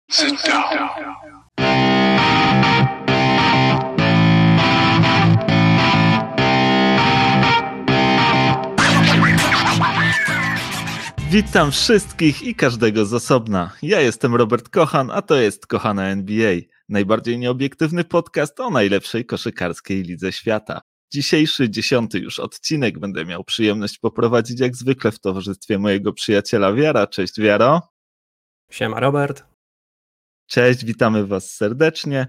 Sit down. Witam wszystkich i każdego z osobna. Ja jestem Robert Kochan, a to jest Kochana NBA. Najbardziej nieobiektywny podcast o najlepszej koszykarskiej lidze świata. Dzisiejszy 10. już odcinek będę miał przyjemność poprowadzić jak zwykle w towarzystwie mojego przyjaciela Wiara. Cześć Wiaro. Siema Robert. Cześć, witamy Was serdecznie.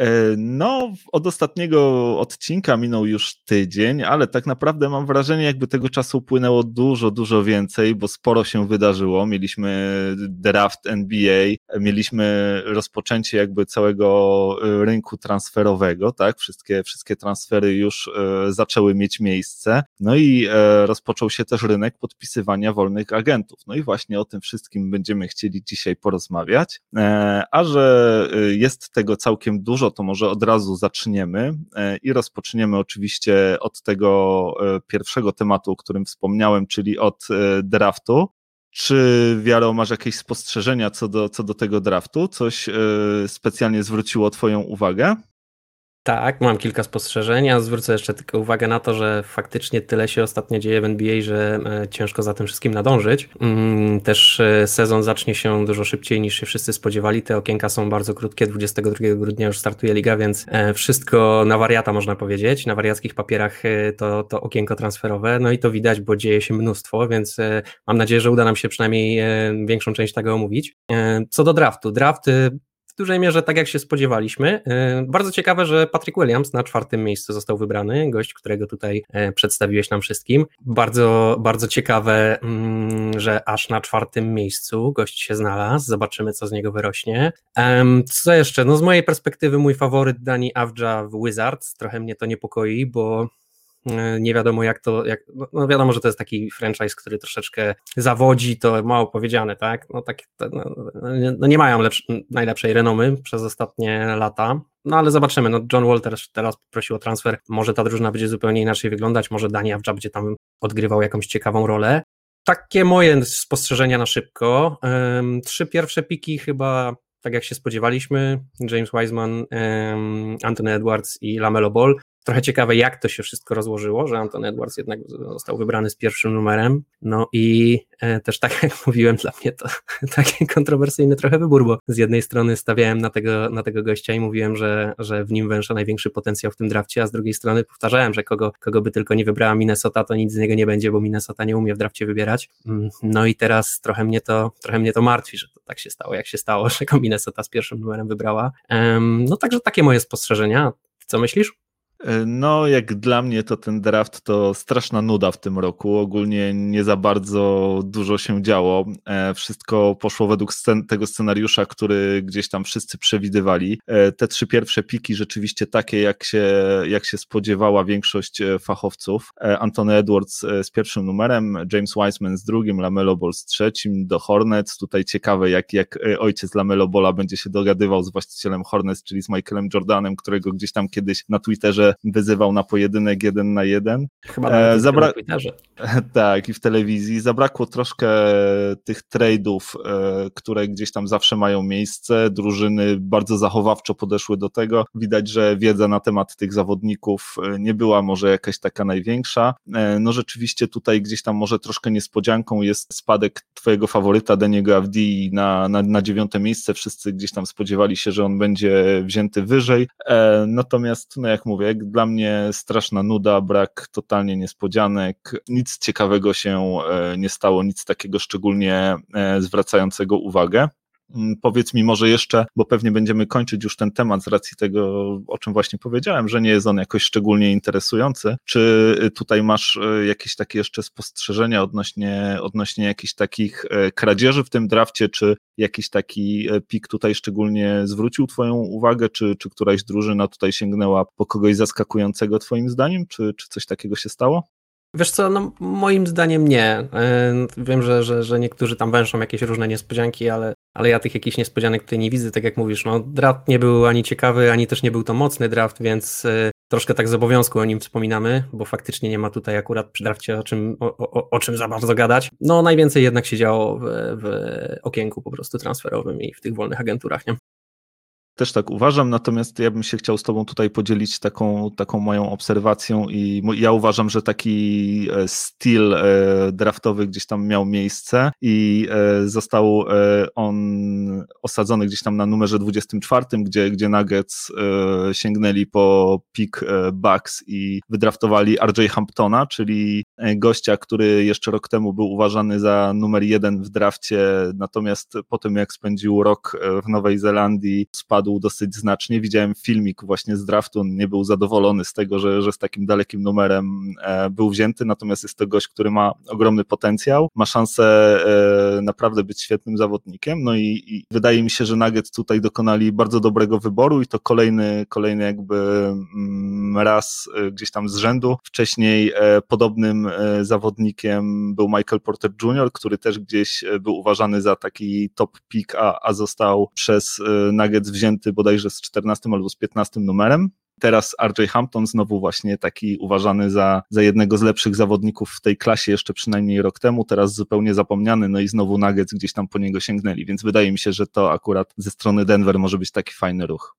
No, od ostatniego odcinka minął już tydzień, ale tak naprawdę mam wrażenie, jakby tego czasu upłynęło dużo więcej, bo sporo się wydarzyło. Mieliśmy draft NBA, mieliśmy rozpoczęcie jakby całego rynku transferowego, tak? Wszystkie transfery już zaczęły mieć miejsce. No i rozpoczął się też rynek podpisywania wolnych agentów. No i właśnie o tym wszystkim będziemy chcieli dzisiaj porozmawiać. A że jest tego całkiem dużo, to może od razu zaczniemy i rozpoczniemy oczywiście od tego pierwszego tematu, o którym wspomniałem, czyli od draftu. Czy, Wiaro, masz jakieś spostrzeżenia co do tego draftu? Coś specjalnie zwróciło Twoją uwagę? Tak, mam kilka spostrzeżeń, a zwrócę jeszcze tylko uwagę na to, że faktycznie tyle się ostatnio dzieje w NBA, że ciężko za tym wszystkim nadążyć. Też sezon zacznie się dużo szybciej niż się wszyscy spodziewali, te okienka są bardzo krótkie, 22 grudnia już startuje liga, więc wszystko na wariata można powiedzieć, na wariackich papierach to okienko transferowe, no i to widać, bo dzieje się mnóstwo, więc mam nadzieję, że uda nam się przynajmniej większą część tego omówić. Co do draftu, w dużej mierze tak jak się spodziewaliśmy. Bardzo ciekawe, że Patrick Williams na 4. miejscu został wybrany, gość, którego tutaj przedstawiłeś nam wszystkim. Bardzo ciekawe, że aż na 4. miejscu gość się znalazł, zobaczymy co z niego wyrośnie. Co jeszcze? No z mojej perspektywy mój faworyt Dani Avdija w Wizards, trochę mnie to niepokoi, bo nie wiadomo no wiadomo, że to jest taki franchise, który troszeczkę zawodzi, to mało powiedziane, tak? No nie mają najlepszej renomy przez ostatnie lata, no ale zobaczymy, no John Wall teraz poprosił o transfer, może ta drużyna będzie zupełnie inaczej wyglądać, może Dani Avdija będzie tam odgrywał jakąś ciekawą rolę. Takie moje spostrzeżenia na szybko. 3 pierwsze piki chyba tak jak się spodziewaliśmy, James Wiseman, Anthony Edwards i LaMelo Ball. Trochę ciekawe, jak to się wszystko rozłożyło, że Anthony Edwards jednak został wybrany z 1. numerem. No i też tak jak mówiłem, dla mnie to taki kontrowersyjny trochę wybór, bo z jednej strony stawiałem na tego gościa i mówiłem, że w nim węsza największy potencjał w tym drafcie, a z drugiej strony powtarzałem, że kogo by tylko nie wybrała Minnesota, to nic z niego nie będzie, bo Minnesota nie umie w drafcie wybierać. No i teraz trochę mnie to martwi, że to tak się stało, jak się stało, że go Minnesota z 1. numerem wybrała. No także takie moje spostrzeżenia. Co myślisz? No, jak dla mnie to ten draft to straszna nuda w tym roku. Ogólnie nie za bardzo dużo się działo. Wszystko poszło według tego scenariusza, który gdzieś tam wszyscy przewidywali. Te 3 pierwsze piki rzeczywiście takie, jak się spodziewała większość fachowców. Anthony Edwards z 1. numerem, James Wiseman z 2, LaMelo Ball z 3 do Hornets. Tutaj ciekawe, jak ojciec LaMelo Balla będzie się dogadywał z właścicielem Hornets, czyli z Michaelem Jordanem, którego gdzieś tam kiedyś na Twitterze wyzywał na pojedynek 1 na 1. Chyba na Twitterze. Tak, i w telewizji. Zabrakło troszkę tych trade'ów, które gdzieś tam zawsze mają miejsce. Drużyny bardzo zachowawczo podeszły do tego. Widać, że wiedza na temat tych zawodników nie była może jakaś taka największa. No rzeczywiście tutaj gdzieś tam może troszkę niespodzianką jest spadek twojego faworyta Daniego Avdii na 9. miejsce. Wszyscy gdzieś tam spodziewali się, że on będzie wzięty wyżej. Natomiast, no jak mówię, dla mnie straszna nuda, brak totalnie niespodzianek, nic ciekawego się nie stało, nic takiego szczególnie zwracającego uwagę. Powiedz mi może jeszcze, bo pewnie będziemy kończyć już ten temat z racji tego, o czym właśnie powiedziałem, że nie jest on jakoś szczególnie interesujący. Czy tutaj masz jakieś takie jeszcze spostrzeżenia odnośnie jakichś takich kradzieży w tym drafcie, czy jakiś taki pik tutaj szczególnie zwrócił twoją uwagę, czy któraś drużyna tutaj sięgnęła po kogoś zaskakującego twoim zdaniem, czy coś takiego się stało? Wiesz co, no moim zdaniem nie. Wiem, że niektórzy tam węszą jakieś różne niespodzianki, ale ja tych jakichś niespodzianek tutaj nie widzę, tak jak mówisz, no draft nie był ani ciekawy, ani też nie był to mocny draft, więc troszkę tak z obowiązku o nim wspominamy, bo faktycznie nie ma tutaj akurat przy drafcie o czym za bardzo gadać. No najwięcej jednak się działo w okienku po prostu transferowym i w tych wolnych agenturach, nie? Też tak uważam, natomiast ja bym się chciał z tobą tutaj podzielić taką moją obserwacją i ja uważam, że taki styl draftowy gdzieś tam miał miejsce i został on osadzony gdzieś tam na numerze 24, gdzie Nuggets sięgnęli po pick Bucks i wydraftowali RJ Hamptona, czyli gościa, który jeszcze rok temu był uważany za numer 1 w drafcie, natomiast po tym jak spędził rok w Nowej Zelandii, spadł dosyć znacznie. Widziałem filmik właśnie z draftu, on nie był zadowolony z tego, że z takim dalekim numerem był wzięty, natomiast jest to gość, który ma ogromny potencjał, ma szansę naprawdę być świetnym zawodnikiem, no i wydaje mi się, że Nuggets tutaj dokonali bardzo dobrego wyboru i to kolejny jakby raz gdzieś tam z rzędu. Wcześniej podobnym zawodnikiem był Michael Porter Jr., który też gdzieś był uważany za taki top pick, a został przez Nuggets wzięty bodajże z 14 albo z 15 numerem. Teraz RJ Hampton znowu właśnie taki uważany za jednego z lepszych zawodników w tej klasie jeszcze przynajmniej rok temu, teraz zupełnie zapomniany, no i znowu Nuggets gdzieś tam po niego sięgnęli, więc wydaje mi się, że to akurat ze strony Denver może być taki fajny ruch.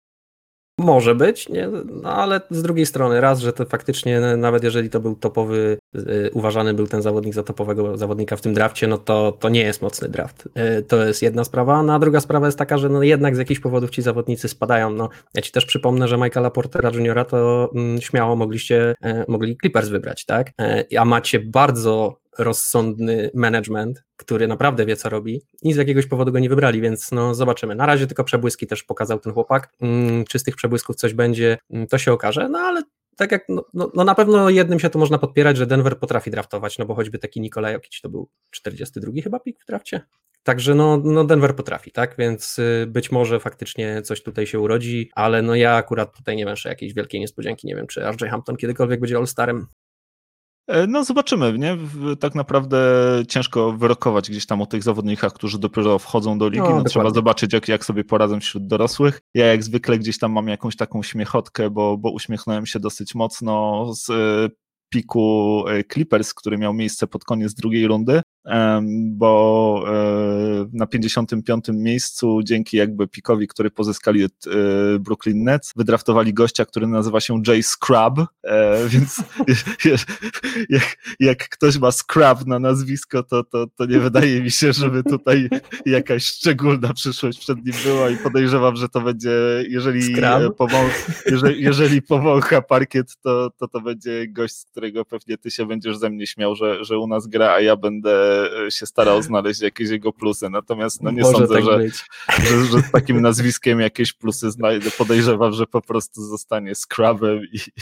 Może być, nie? No, ale z drugiej strony raz, że to faktycznie nawet jeżeli to był topowy, uważany był ten zawodnik za topowego zawodnika w tym drafcie, no to nie jest mocny draft. To jest jedna sprawa, no a druga sprawa jest taka, że no jednak z jakichś powodów ci zawodnicy spadają. No, ja ci też przypomnę, że Michaela Portera Jr. to śmiało mogli Clippers wybrać, tak? A macie bardzo rozsądny management, który naprawdę wie, co robi i z jakiegoś powodu go nie wybrali, więc no zobaczymy. Na razie tylko przebłyski też pokazał ten chłopak. Czy z tych przebłysków coś będzie, to się okaże, no ale tak jak, no na pewno jednym się to można podpierać, że Denver potrafi draftować, no bo choćby taki Nikolaj Jokic to był 42 chyba pik w drafcie. Także no Denver potrafi, tak, więc być może faktycznie coś tutaj się urodzi, ale no ja akurat tutaj nie węszę jakiejś wielkiej niespodzianki, nie wiem, czy RJ Hampton kiedykolwiek będzie All-Starem. No zobaczymy, nie? Tak naprawdę ciężko wyrokować gdzieś tam o tych zawodnikach, którzy dopiero wchodzą do ligi, no trzeba zobaczyć jak sobie poradzą wśród dorosłych. Ja jak zwykle gdzieś tam mam jakąś taką śmiechotkę, bo uśmiechnąłem się dosyć mocno z piku Clippers, który miał miejsce pod koniec drugiej rundy, bo na 55. miejscu dzięki jakby pikowi, który pozyskali od Brooklyn Nets, wydraftowali gościa, który nazywa się Jay Scrub, więc jak ktoś ma Scrub na nazwisko, to nie wydaje mi się, żeby tutaj jakaś szczególna przyszłość przed nim była i podejrzewam, że to będzie, jeżeli powącha parkiet, to będzie gość, z którego pewnie ty się będziesz ze mnie śmiał, że u nas gra, a ja będę się starał znaleźć jakieś jego plusy, natomiast no nie może sądzę, tak że z takim nazwiskiem jakieś plusy znajdę, podejrzewam, że po prostu zostanie Scrubem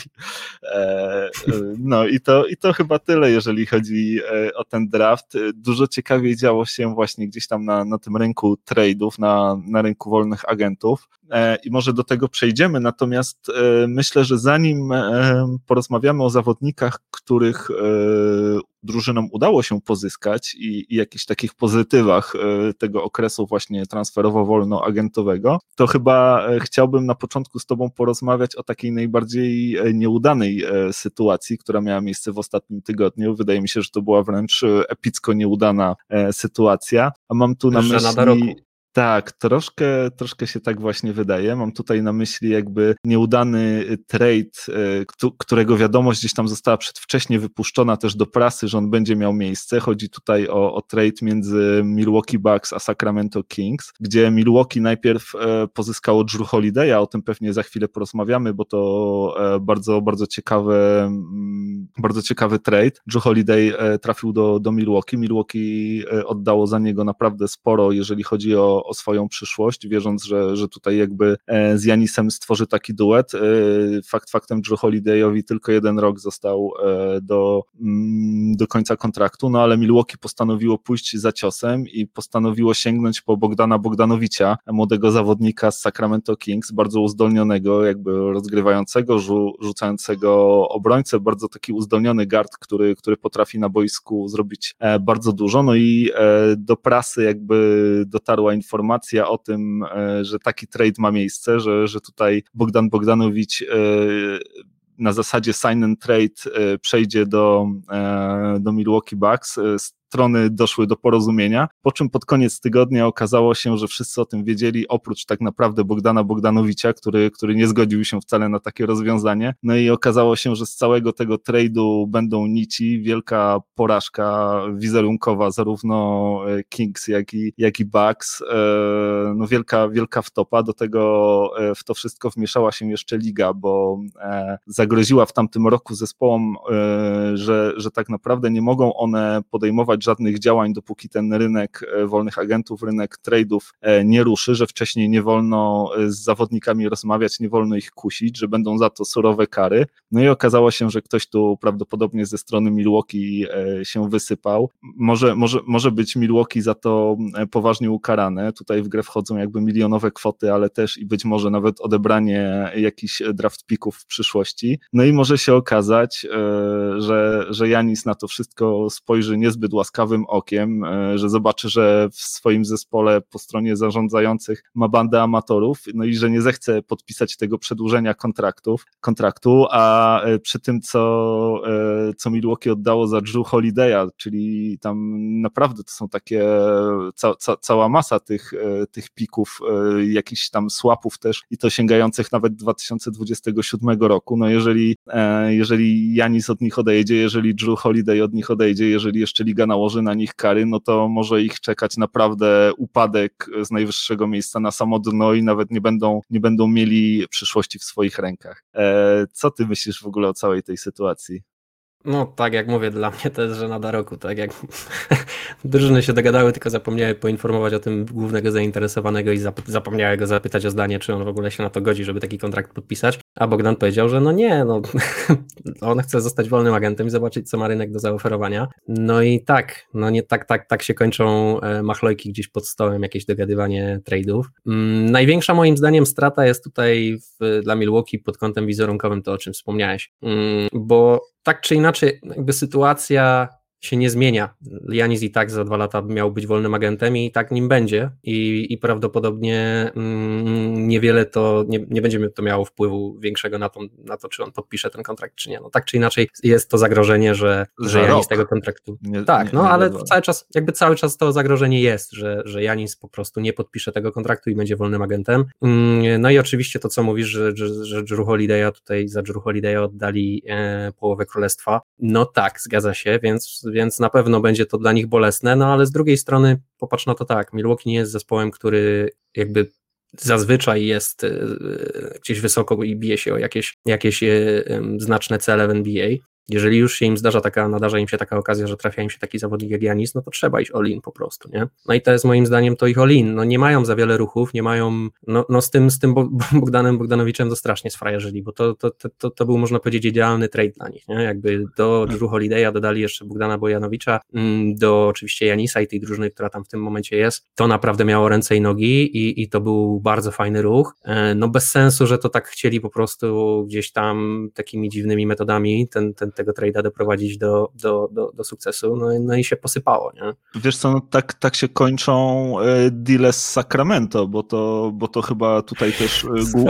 no i to chyba tyle, jeżeli chodzi o ten draft. Dużo ciekawiej działo się właśnie gdzieś tam na tym rynku trade'ów, na rynku wolnych agentów i może do tego przejdziemy, natomiast myślę, że zanim porozmawiamy o zawodnikach, których drużynom udało się pozyskać i jakichś takich pozytywach tego okresu właśnie transferowo-wolnoagentowego, to chyba chciałbym na początku z tobą porozmawiać o takiej najbardziej nieudanej sytuacji, która miała miejsce w ostatnim tygodniu. Wydaje mi się, że to była wręcz epicko nieudana sytuacja, a mam tu na myśli... Tak, troszkę się tak właśnie wydaje. Mam tutaj na myśli jakby nieudany trade, którego wiadomość gdzieś tam została przedwcześnie wypuszczona też do prasy, że on będzie miał miejsce. Chodzi tutaj o trade między Milwaukee Bucks a Sacramento Kings, gdzie Milwaukee najpierw pozyskało Jrue Holiday'a, o tym pewnie za chwilę porozmawiamy, bo to bardzo, bardzo ciekawy trade. Jrue Holiday trafił do Milwaukee. Milwaukee oddało za niego naprawdę sporo, jeżeli chodzi o swoją przyszłość, wierząc, że tutaj jakby z Janisem stworzy taki duet. Faktem Jrue Holiday'owi tylko 1 rok został do końca kontraktu, no ale Milwaukee postanowiło pójść za ciosem i postanowiło sięgnąć po Bogdana Bogdanowicza, młodego zawodnika z Sacramento Kings, bardzo uzdolnionego, jakby rozgrywającego, rzucającego obrońcę, bardzo taki uzdolniony guard, który potrafi na boisku zrobić bardzo dużo, no i do prasy jakby dotarła informacja o tym, że taki trade ma miejsce, że tutaj Bogdan Bogdanowicz na zasadzie sign and trade przejdzie do Milwaukee Bucks. Strony doszły do porozumienia, po czym pod koniec tygodnia okazało się, że wszyscy o tym wiedzieli, oprócz tak naprawdę Bogdana Bogdanowicza, który nie zgodził się wcale na takie rozwiązanie. No i okazało się, że z całego tego trade'u będą nici, wielka porażka wizerunkowa, zarówno Kings, jak i Bucks, no wielka wtopa. Do tego w to wszystko wmieszała się jeszcze liga, bo zagroziła w tamtym roku zespołom, że tak naprawdę nie mogą one podejmować żadnych działań, dopóki ten rynek wolnych agentów, rynek trade'ów nie ruszy, że wcześniej nie wolno z zawodnikami rozmawiać, nie wolno ich kusić, że będą za to surowe kary. No i okazało się, że ktoś tu prawdopodobnie ze strony Milwaukee się wysypał. Może być Milwaukee za to poważnie ukarane. Tutaj w grę wchodzą jakby milionowe kwoty, ale też i być może nawet odebranie jakichś draft picków w przyszłości. No i może się okazać, że Janis na to wszystko spojrzy niezbyt łaskawym okiem, że zobaczy, że w swoim zespole po stronie zarządzających ma bandę amatorów, no i że nie zechce podpisać tego przedłużenia kontraktu, a przy tym, co Milwaukee oddało za Drew Holiday'a, czyli tam naprawdę to są takie cała masa tych pików, jakichś tam swapów też i to sięgających nawet 2027 roku. No jeżeli Janis od nich odejdzie, jeżeli Drew Holiday od nich odejdzie, jeżeli jeszcze liga nałoży na nich kary, no to może ich czekać naprawdę upadek z najwyższego miejsca na samo dno i nawet nie będą mieli przyszłości w swoich rękach. Co ty myślisz w ogóle o całej tej sytuacji? No tak jak mówię, dla mnie to jest żenada roku, tak jak drużyny się dogadały, tylko zapomniały poinformować o tym głównego zainteresowanego i zapomniały go zapytać o zdanie, czy on w ogóle się na to godzi, żeby taki kontrakt podpisać, a Bogdan powiedział, że no nie, no on chce zostać wolnym agentem i zobaczyć, co ma rynek do zaoferowania. No i tak, no nie tak się kończą machlojki gdzieś pod stołem, jakieś dogadywanie trade'ów. Największa moim zdaniem strata jest tutaj dla Milwaukee pod kątem wizerunkowym, to o czym wspomniałeś, bo tak czy inaczej jakby sytuacja się nie zmienia. Janis i tak za 2 lata miał być wolnym agentem i tak nim będzie i prawdopodobnie niewiele to, nie będzie to miało wpływu większego na to, czy on podpisze ten kontrakt, czy nie. No tak czy inaczej jest to zagrożenie, że Janis tego kontraktu... Ale cały czas to zagrożenie jest, że Janis po prostu nie podpisze tego kontraktu i będzie wolnym agentem. No i oczywiście to, co mówisz, że Drew Holiday'a tutaj za Drew Holiday'a oddali połowę królestwa. No tak, zgadza się, więc na pewno będzie to dla nich bolesne, no ale z drugiej strony popatrz na to tak, Milwaukee nie jest zespołem, który jakby zazwyczaj jest gdzieś wysoko i bije się o jakieś znaczne cele w NBA. Jeżeli już się im nadarza im się taka okazja, że trafia im się taki zawodnik jak Janis, no to trzeba iść all-in po prostu, nie? No i to jest moim zdaniem to ich all-in, no nie mają za wiele ruchów, nie mają, no z tym Bogdanem Bogdanowiczem to strasznie sfrajerzyli, bo to był, można powiedzieć, idealny trade dla nich, nie? Jakby do Drew Holiday'a dodali jeszcze Bogdana Bojanowicza, do oczywiście Janisa i tej drużyny, która tam w tym momencie jest, to naprawdę miało ręce i nogi i to był bardzo fajny ruch, no bez sensu, że to tak chcieli po prostu gdzieś tam takimi dziwnymi metodami tego trade'a doprowadzić do sukcesu, no i się posypało, nie? Wiesz co, no tak się kończą deale z Sacramento, bo to chyba tutaj też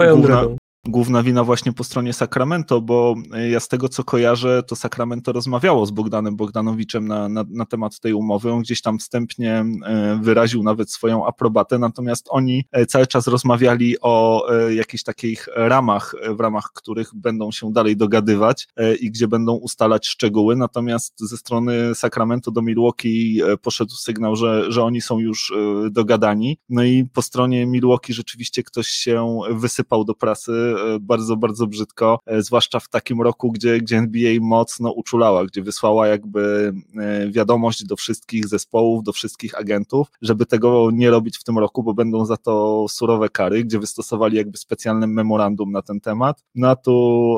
główna wina właśnie po stronie Sacramento, bo ja z tego, co kojarzę, to Sacramento rozmawiało z Bogdanem Bogdanowiczem na temat tej umowy. On gdzieś tam wstępnie wyraził nawet swoją aprobatę, natomiast oni cały czas rozmawiali o jakichś takich ramach, w ramach których będą się dalej dogadywać i gdzie będą ustalać szczegóły, natomiast ze strony Sacramento do Milwaukee poszedł sygnał, że oni są już dogadani. No i po stronie Milwaukee rzeczywiście ktoś się wysypał do prasy bardzo, bardzo brzydko, zwłaszcza w takim roku, gdzie NBA mocno uczulała, gdzie wysłała jakby wiadomość do wszystkich zespołów, do wszystkich agentów, żeby tego nie robić w tym roku, bo będą za to surowe kary, gdzie wystosowali jakby specjalne memorandum na ten temat. No a tu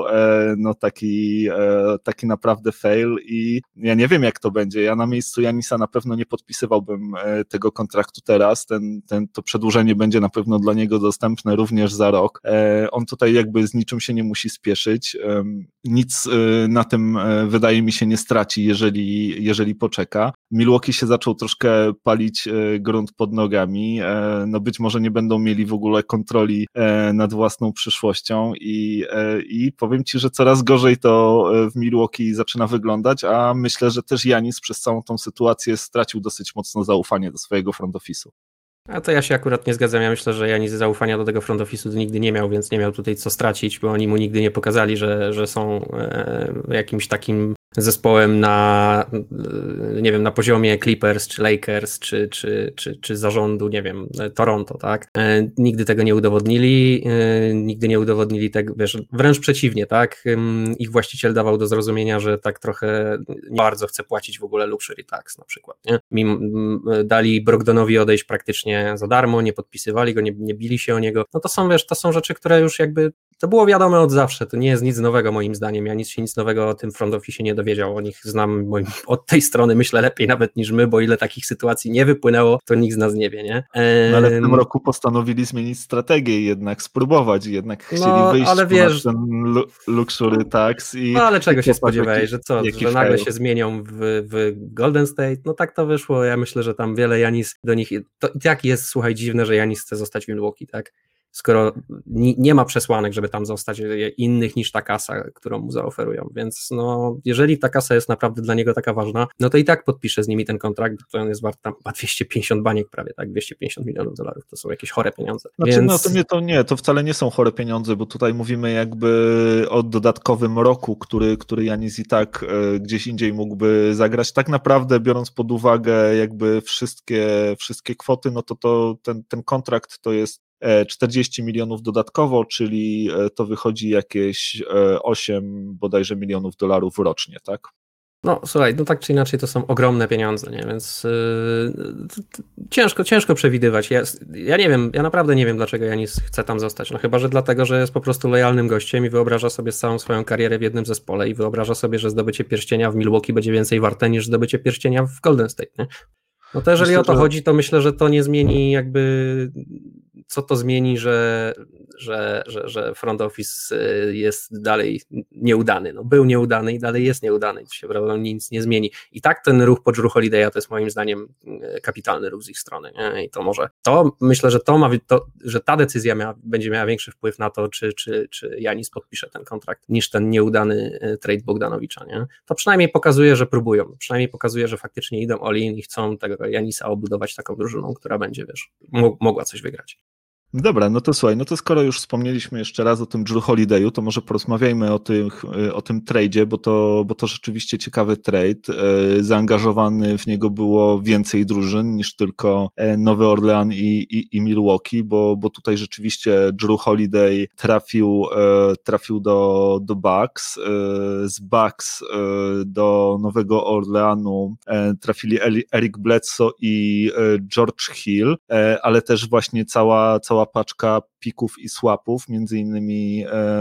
taki naprawdę fail i ja nie wiem, jak to będzie. Ja na miejscu Janisa na pewno nie podpisywałbym tego kontraktu teraz. To przedłużenie będzie na pewno dla niego dostępne również za rok. On tutaj tutaj jakby z niczym się nie musi spieszyć. Nic na tym, wydaje mi się, nie straci, jeżeli poczeka. Milwaukee się zaczął troszkę palić grunt pod nogami. No być może nie będą mieli w ogóle kontroli nad własną przyszłością i powiem ci, że coraz gorzej to w Milwaukee zaczyna wyglądać, a myślę, że też Giannis przez całą tą sytuację stracił dosyć mocno zaufanie do swojego front office'u. A to ja się akurat nie zgadzam. Ja myślę, że Giannis zaufania do tego front office'u nigdy nie miał, więc nie miał tutaj co stracić, bo oni mu nigdy nie pokazali, że są jakimś takim zespołem na, nie wiem, na poziomie Clippers, czy Lakers, czy zarządu, nie wiem, Toronto, tak? Nigdy tego nie udowodnili tego, wiesz, wręcz przeciwnie, tak? Ich właściciel dawał do zrozumienia, że tak trochę nie bardzo chce płacić w ogóle luxury tax na przykład, nie? Dali Brogdonowi odejść praktycznie za darmo, nie podpisywali go, nie bili się o niego. No to są, wiesz, to są rzeczy, które już jakby, to było wiadome od zawsze, to nie jest nic nowego moim zdaniem, ja nic nowego o tym front office nie dowiedział, o nich znam od tej strony, myślę, lepiej nawet niż my, bo ile takich sytuacji nie wypłynęło, to nikt z nas nie wie, nie? No ale w tym roku postanowili zmienić strategię i jednak spróbować, jednak chcieli wyjść ale wiesz, ten luxury tax i... No ale czego się spodziewałeś, że co, że nagle fail. się zmienią w Golden State? No tak to wyszło, ja myślę, że tam wiele Giannis do nich, to i tak jest, słuchaj, dziwne, że Giannis chce zostać w Milwaukee, tak? Skoro nie ma przesłanek, żeby tam zostać innych niż ta kasa, którą mu zaoferują, więc no, jeżeli ta kasa jest naprawdę dla niego taka ważna, no to i tak podpisze z nimi ten kontrakt, to on jest wart tam 250 baniek prawie, tak, $250 milionów, to są jakieś chore pieniądze. Znaczy, więc... to wcale nie są chore pieniądze, bo tutaj mówimy jakby o dodatkowym roku, który Giannis i tak gdzieś indziej mógłby zagrać. Tak naprawdę, biorąc pod uwagę jakby wszystkie kwoty, no to ten kontrakt to jest 40 milionów dodatkowo, czyli to wychodzi jakieś 8 bodajże milionów dolarów rocznie, tak? No słuchaj, no tak czy inaczej to są ogromne pieniądze, nie? Więc ciężko przewidywać. Ja nie wiem, ja naprawdę nie wiem, dlaczego Giannis chce tam zostać. No chyba, że dlatego, że jest po prostu lojalnym gościem i wyobraża sobie całą swoją karierę w jednym zespole i wyobraża sobie, że zdobycie pierścienia w Milwaukee będzie więcej warte niż zdobycie pierścienia w Golden State, nie? No to jeżeli o to chodzi, to myślę, że to nie zmieni jakby, co to zmieni, że front office jest dalej nieudany. No był nieudany i dalej jest nieudany, to się prawda nic nie zmieni. I tak ten ruch po Drew Holiday'a to jest moim zdaniem kapitalny ruch z ich strony. Nie? I to może, myślę, że że ta decyzja będzie miała większy wpływ na to, czy Giannis podpisze ten kontrakt, niż ten nieudany trade Bogdanowicza. Nie? To przynajmniej pokazuje, że próbują. Przynajmniej pokazuje, że faktycznie idą all-in i chcą tego Giannisa obudować taką drużyną, która będzie, wiesz, mogła coś wygrać. Dobra, no to słuchaj, no to skoro już wspomnieliśmy jeszcze raz o tym Drew Holiday'u, to może porozmawiajmy o tym trade'zie, bo to rzeczywiście ciekawy trade. Zaangażowany w niego było więcej drużyn niż tylko Nowy Orlean i Milwaukee, bo tutaj rzeczywiście Drew Holiday trafił do Bucks. Z Bucks do Nowego Orleanu trafili Eric Bledsoe i George Hill, ale też właśnie cała paczka pików i swapów, między innymi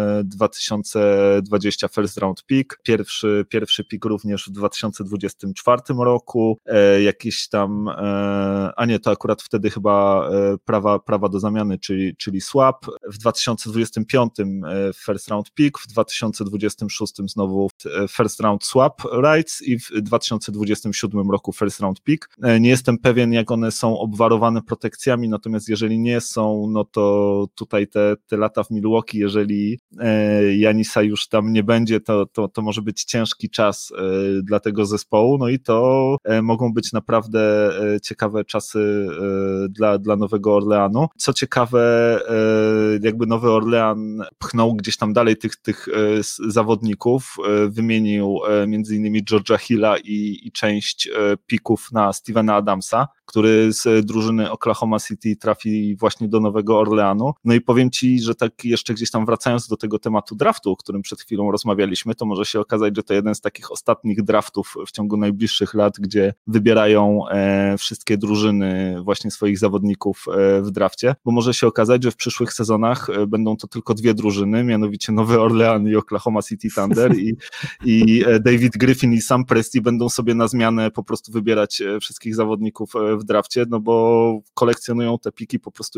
2020 first round pick, pierwszy pick również w 2024 roku, jakieś tam, to akurat wtedy chyba prawa do zamiany, czyli swap, w 2025 first round pick, w 2026 znowu first round swap rights i w 2027 roku first round pick. Nie jestem pewien, jak one są obwarowane protekcjami, natomiast jeżeli nie są, no to tutaj te lata w Milwaukee, jeżeli Giannisa już tam nie będzie, to może być ciężki czas dla tego zespołu, no i to mogą być naprawdę ciekawe czasy dla Nowego Orleanu. Co ciekawe, jakby Nowy Orlean pchnął gdzieś tam dalej tych zawodników, wymienił między innymi George'a Hilla i część pików na Stevena Adamsa, który z drużyny Oklahoma City trafi właśnie do Nowego Orleanu. No i powiem Ci, że tak jeszcze gdzieś tam wracając do tego tematu draftu, o którym przed chwilą rozmawialiśmy, to może się okazać, że to jeden z takich ostatnich draftów w ciągu najbliższych lat, gdzie wybierają wszystkie drużyny właśnie swoich zawodników w drafcie, bo może się okazać, że w przyszłych sezonach będą to tylko dwie drużyny, mianowicie Nowy Orlean i Oklahoma City Thunder i David Griffin i Sam Presti będą sobie na zmianę po prostu wybierać wszystkich zawodników w drafcie, no bo kolekcjonują te piki po prostu jak szaleni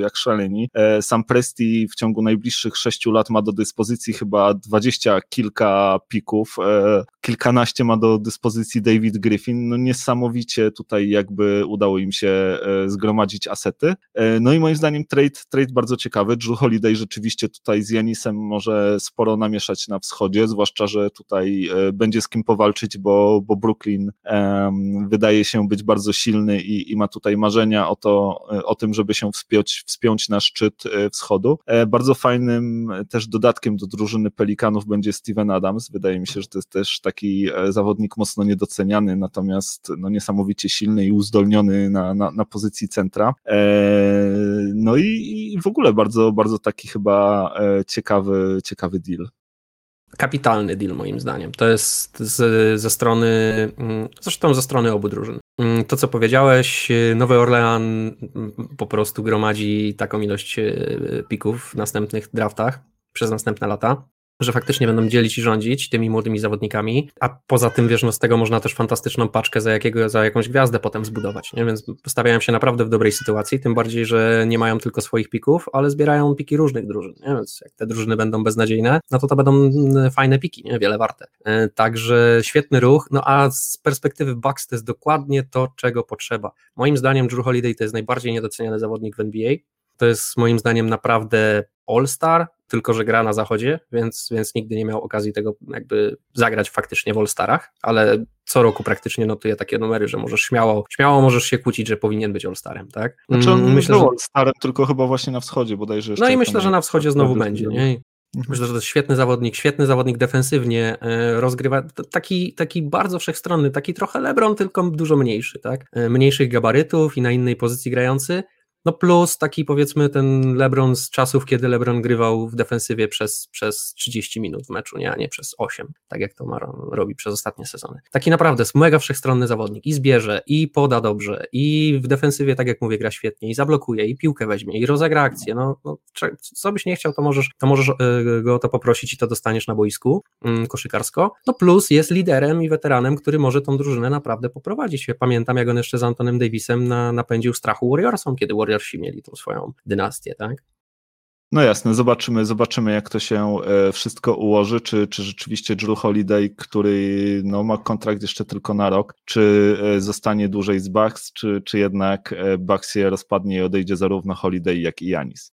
docenieni. Sam Presti w ciągu najbliższych 6 lat ma do dyspozycji chyba 20 kilka pików, kilkanaście ma do dyspozycji David Griffin, no niesamowicie tutaj jakby udało im się zgromadzić asety. No i moim zdaniem trade bardzo ciekawy. Drew Holiday rzeczywiście tutaj z Giannisem może sporo namieszać na wschodzie, zwłaszcza, że tutaj będzie z kim powalczyć, bo Brooklyn wydaje się być bardzo silny i ma tutaj marzenia o tym, żeby się wspiąć na szczyt wschodu. Bardzo fajnym też dodatkiem do drużyny Pelikanów będzie Steven Adams. Wydaje mi się, że to jest też taki zawodnik mocno niedoceniany, natomiast no, niesamowicie silny i uzdolniony na pozycji centra. No i w ogóle bardzo, bardzo taki chyba ciekawy deal. Kapitalny deal moim zdaniem. To jest ze strony obu drużyn. To, co powiedziałeś, Nowy Orlean po prostu gromadzi taką ilość pików w następnych draftach przez następne lata, że faktycznie będą dzielić i rządzić tymi młodymi zawodnikami, a poza tym, wiesz, no z tego można też fantastyczną paczkę za jakąś gwiazdę potem zbudować, nie? Więc stawiają się naprawdę w dobrej sytuacji, tym bardziej, że nie mają tylko swoich pików, ale zbierają piki różnych drużyn, nie? Więc jak te drużyny będą beznadziejne, no to będą fajne piki, nie? Wiele warte. Także świetny ruch, no a z perspektywy Bucks to jest dokładnie to, czego potrzeba. Moim zdaniem Drew Holiday to jest najbardziej niedoceniany zawodnik w NBA, to jest moim zdaniem naprawdę All-Star, tylko że gra na zachodzie, więc nigdy nie miał okazji tego jakby zagrać faktycznie w All-Starach, ale co roku praktycznie notuje takie numery, że możesz śmiało możesz się kłócić, że powinien być All-Starem, tak? Znaczy on myślę, że All-Starem, tylko chyba właśnie na wschodzie bodajże jeszcze. No i myślę, że na wschodzie znowu będzie, nie? Myślę, że to jest świetny zawodnik defensywnie, rozgrywa taki bardzo wszechstronny, taki trochę LeBron, tylko dużo mniejszy, tak? Mniejszych gabarytów i na innej pozycji grający. No plus taki powiedzmy ten LeBron z czasów, kiedy LeBron grywał w defensywie przez 30 minut w meczu, a nie przez 8, tak jak to robi przez ostatnie sezony. Taki naprawdę mega wszechstronny zawodnik i zbierze, i poda dobrze, i w defensywie, tak jak mówię, gra świetnie, i zablokuje, i piłkę weźmie, i rozegra akcję. No, co byś nie chciał, to możesz go o to poprosić i to dostaniesz na boisku koszykarsko. No plus jest liderem i weteranem, który może tą drużynę naprawdę poprowadzić. Ja pamiętam, jak on jeszcze z Antonem Davisem napędził strachu Warriorsom, kiedy Warriorsi mieli tą swoją dynastię, tak? No jasne, zobaczymy jak to się wszystko ułoży, czy rzeczywiście Drew Holiday, który no, ma kontrakt jeszcze tylko na rok, czy zostanie dłużej z Bucks, czy jednak Bucks się rozpadnie i odejdzie zarówno Holiday, jak i Giannis.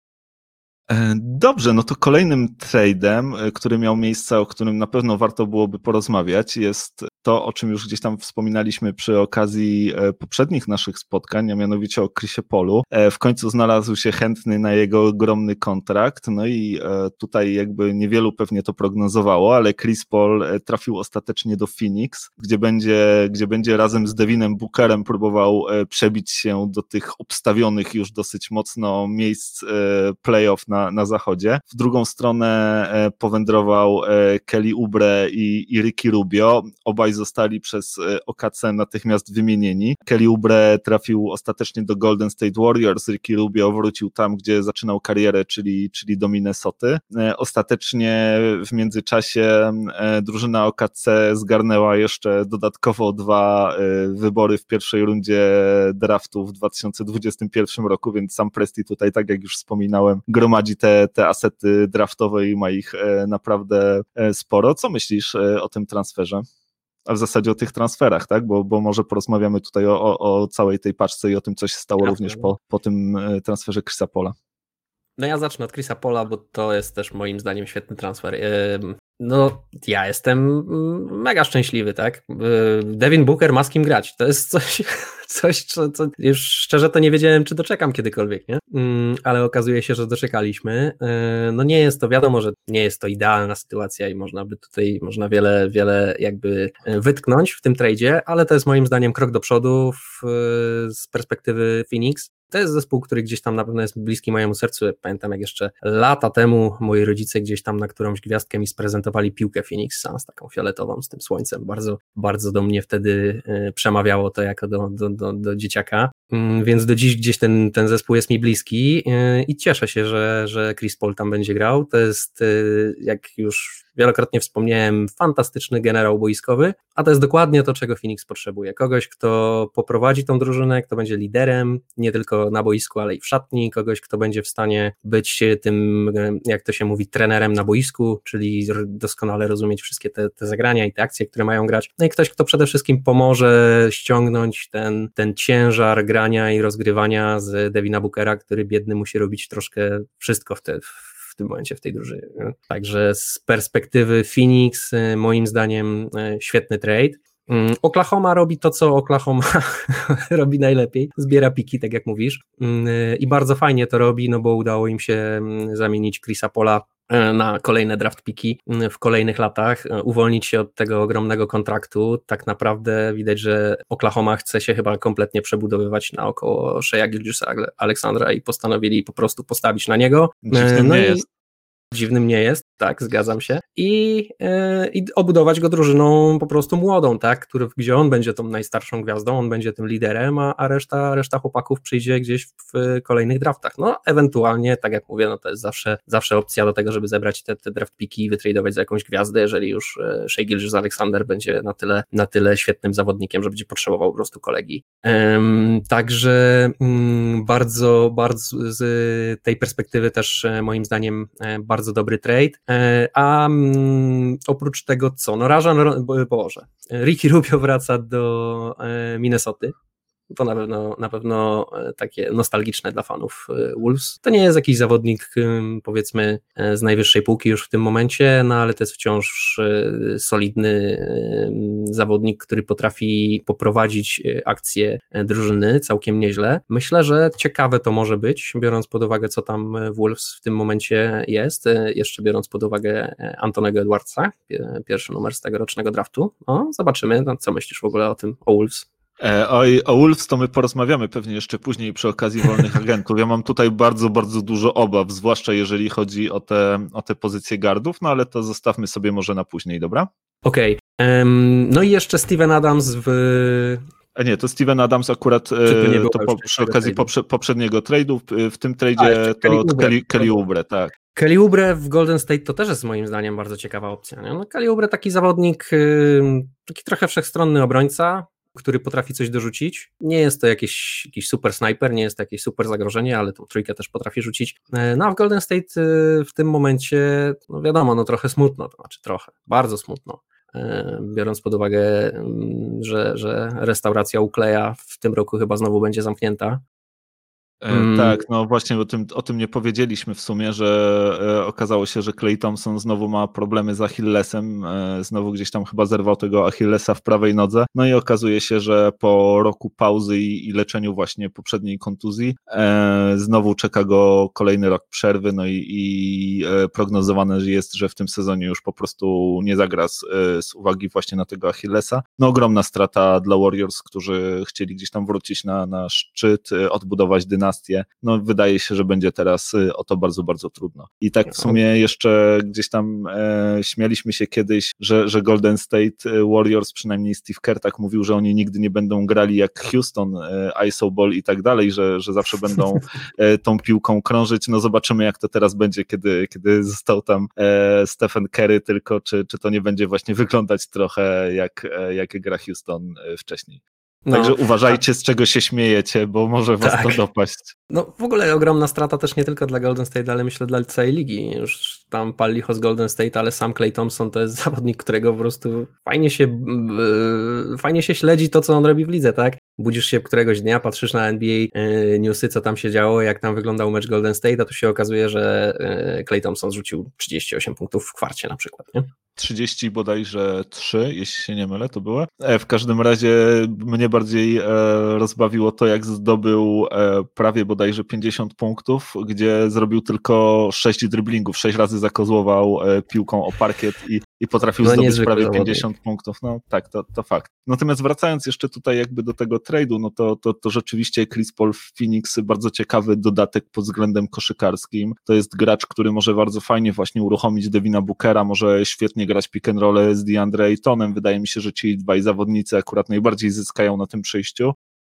Dobrze, no to kolejnym trade'em, który miał miejsce, o którym na pewno warto byłoby porozmawiać, jest to, o czym już gdzieś tam wspominaliśmy przy okazji poprzednich naszych spotkań, a mianowicie o Chrisie Paulu. W końcu znalazł się chętny na jego ogromny kontrakt, no i tutaj jakby niewielu pewnie to prognozowało, ale Chris Paul trafił ostatecznie do Phoenix, gdzie będzie razem z Devinem Bookerem próbował przebić się do tych obstawionych już dosyć mocno miejsc playoff na zachodzie. W drugą stronę powędrował Kelly Oubre i Ricky Rubio. Obaj zostali przez OKC natychmiast wymienieni. Kelly Oubre trafił ostatecznie do Golden State Warriors, Ricky Rubio wrócił tam, gdzie zaczynał karierę, czyli do Minnesoty. Ostatecznie w międzyczasie drużyna OKC zgarnęła jeszcze dodatkowo 2 wybory w pierwszej rundzie draftu w 2021 roku, więc sam Presti tutaj, tak jak już wspominałem, gromadzi te asety draftowe i ma ich naprawdę sporo. Co myślisz o tym transferze? A w zasadzie o tych transferach, tak? Bo może porozmawiamy tutaj o całej tej paczce i o tym, co się stało również po tym transferze Chrisa Paula. No ja zacznę od Chrisa Paula, bo to jest też moim zdaniem świetny transfer. No ja jestem mega szczęśliwy, tak? Devin Booker ma z kim grać. To jest coś, co już szczerze to nie wiedziałem, czy doczekam kiedykolwiek, nie? Ale okazuje się, że doczekaliśmy. No nie jest to, wiadomo, że nie jest to idealna sytuacja i można wiele jakby wytknąć w tym tradzie, ale to jest moim zdaniem krok do przodu z perspektywy Phoenix. To jest zespół, który gdzieś tam na pewno jest bliski mojemu sercu. Pamiętam, jak jeszcze lata temu moi rodzice gdzieś tam na którąś gwiazdkę mi sprezentowali piłkę Phoenix Suns, taką fioletową z tym słońcem. Bardzo, bardzo do mnie wtedy przemawiało to jako do dzieciaka. Więc do dziś gdzieś ten zespół jest mi bliski i cieszę się, że Chris Paul tam będzie grał. To jest, jak już wielokrotnie wspomniałem, fantastyczny generał boiskowy, a to jest dokładnie to, czego Phoenix potrzebuje. Kogoś, kto poprowadzi tą drużynę, kto będzie liderem, nie tylko na boisku, ale i w szatni, kogoś, kto będzie w stanie być tym, jak to się mówi, trenerem na boisku, czyli doskonale rozumieć wszystkie te zagrania i te akcje, które mają grać. No i ktoś, kto przede wszystkim pomoże ściągnąć ten ciężar grania i rozgrywania z Devina Bookera, który biedny musi robić troszkę wszystko w tym momencie w tej drużynie. Także z perspektywy Phoenix moim zdaniem świetny trade. Oklahoma robi to, co Oklahoma robi najlepiej, zbiera piki, tak jak mówisz, i bardzo fajnie to robi, no bo udało im się zamienić Chrisa Paula na kolejne draft piki w kolejnych latach, uwolnić się od tego ogromnego kontraktu. Tak naprawdę widać, że Oklahoma chce się chyba kompletnie przebudowywać naokoło Shea Gilgeousa-Alexandra i postanowili po prostu postawić na niego. Dziwnym nie jest, tak, zgadzam się. I obudować go drużyną po prostu młodą, tak, gdzie on będzie tą najstarszą gwiazdą, on będzie tym liderem, a reszta chłopaków przyjdzie gdzieś w kolejnych draftach. No, ewentualnie, tak jak mówię, no to jest zawsze opcja do tego, żeby zebrać te draft piki i wytradować za jakąś gwiazdę, jeżeli już Shea Gilgeous-Alexander będzie na tyle świetnym zawodnikiem, że będzie potrzebował po prostu kolegi. Także bardzo z tej perspektywy też moim zdaniem bardzo dobry trade, a oprócz tego co? No Ricky Rubio wraca do Minnesoty. To na pewno takie nostalgiczne dla fanów Wolves. To nie jest jakiś zawodnik, powiedzmy, z najwyższej półki już w tym momencie, no ale to jest wciąż solidny zawodnik, który potrafi poprowadzić akcję drużyny całkiem nieźle. Myślę, że ciekawe to może być, biorąc pod uwagę, co tam w Wolves w tym momencie jest, jeszcze biorąc pod uwagę Antonego Edwardsa, pierwszy numer z tegorocznego draftu. No, zobaczymy, no, co myślisz w ogóle o Wolves? O Wolves to my porozmawiamy pewnie jeszcze później przy okazji wolnych agentów. Ja mam tutaj bardzo, bardzo dużo obaw, zwłaszcza jeżeli chodzi o te pozycje guardów, no ale to zostawmy sobie może na później, dobra? Okej. No i jeszcze Steven Adams Nie, to Steven Adams akurat to przy okazji poprzedniego trade'u, w tym trade'zie to Kelly Oubre, tak. Kelly Oubre w Golden State to też jest moim zdaniem bardzo ciekawa opcja. Nie? No Kelly Oubre taki zawodnik, taki trochę wszechstronny obrońca, który potrafi coś dorzucić. Nie jest to jakiś super snajper, nie jest to jakieś super zagrożenie, ale tą trójkę też potrafi rzucić. No a w Golden State w tym momencie, no wiadomo, no trochę smutno, to znaczy trochę, bardzo smutno. Biorąc pod uwagę, że restauracja u Kleja w tym roku chyba znowu będzie zamknięta. Tak, no właśnie o tym nie powiedzieliśmy w sumie, że okazało się, że Klay Thompson znowu ma problemy z Achillesem, znowu gdzieś tam chyba zerwał tego Achillesa w prawej nodze, no i okazuje się, że po roku pauzy i leczeniu właśnie poprzedniej kontuzji znowu czeka go kolejny rok przerwy, no i prognozowane jest, że w tym sezonie już po prostu nie zagra z uwagi właśnie na tego Achillesa. No ogromna strata dla Warriors, którzy chcieli gdzieś tam wrócić na szczyt, odbudować dynastię. No wydaje się, że będzie teraz o to bardzo, bardzo trudno. I tak w sumie jeszcze gdzieś tam śmialiśmy się kiedyś, że Golden State Warriors, przynajmniej Steve Kerr tak mówił, że oni nigdy nie będą grali jak Houston, ISO ball i tak dalej, że zawsze będą tą piłką krążyć. No zobaczymy, jak to teraz będzie, kiedy został tam Stephen Curry, tylko czy to nie będzie właśnie wyglądać trochę jak gra Houston wcześniej. Także uważajcie, z czego się śmiejecie, bo może was to dopaść. No w ogóle ogromna strata też nie tylko dla Golden State, ale myślę dla całej ligi. Już tam pal licho z Golden State, ale sam Klay Thompson to jest zawodnik, którego po prostu fajnie się śledzi to, co on robi w lidze, tak? Budzisz się któregoś dnia, patrzysz na NBA newsy, co tam się działo, jak tam wyglądał mecz Golden State, a tu się okazuje, że Klay Thompson rzucił 38 punktów w kwarcie na przykład, nie? 30 bodajże 3, jeśli się nie mylę, to było. W każdym razie mnie bardziej rozbawiło to, jak zdobył prawie bodajże 50 punktów, gdzie zrobił tylko 6 driblingów, 6 razy zakozłował piłką o parkiet i potrafił zdobyć prawie 50 punktów. No tak, to fakt. Natomiast wracając jeszcze tutaj jakby do tego trade'u, no to rzeczywiście Chris Paul w Phoenix bardzo ciekawy dodatek pod względem koszykarskim. To jest gracz, który może bardzo fajnie właśnie uruchomić Devina Bookera, może świetnie grać pick and roll z DeAndre Aytonem. Wydaje mi się, że ci dwaj zawodnicy akurat najbardziej zyskają na tym przyjściu.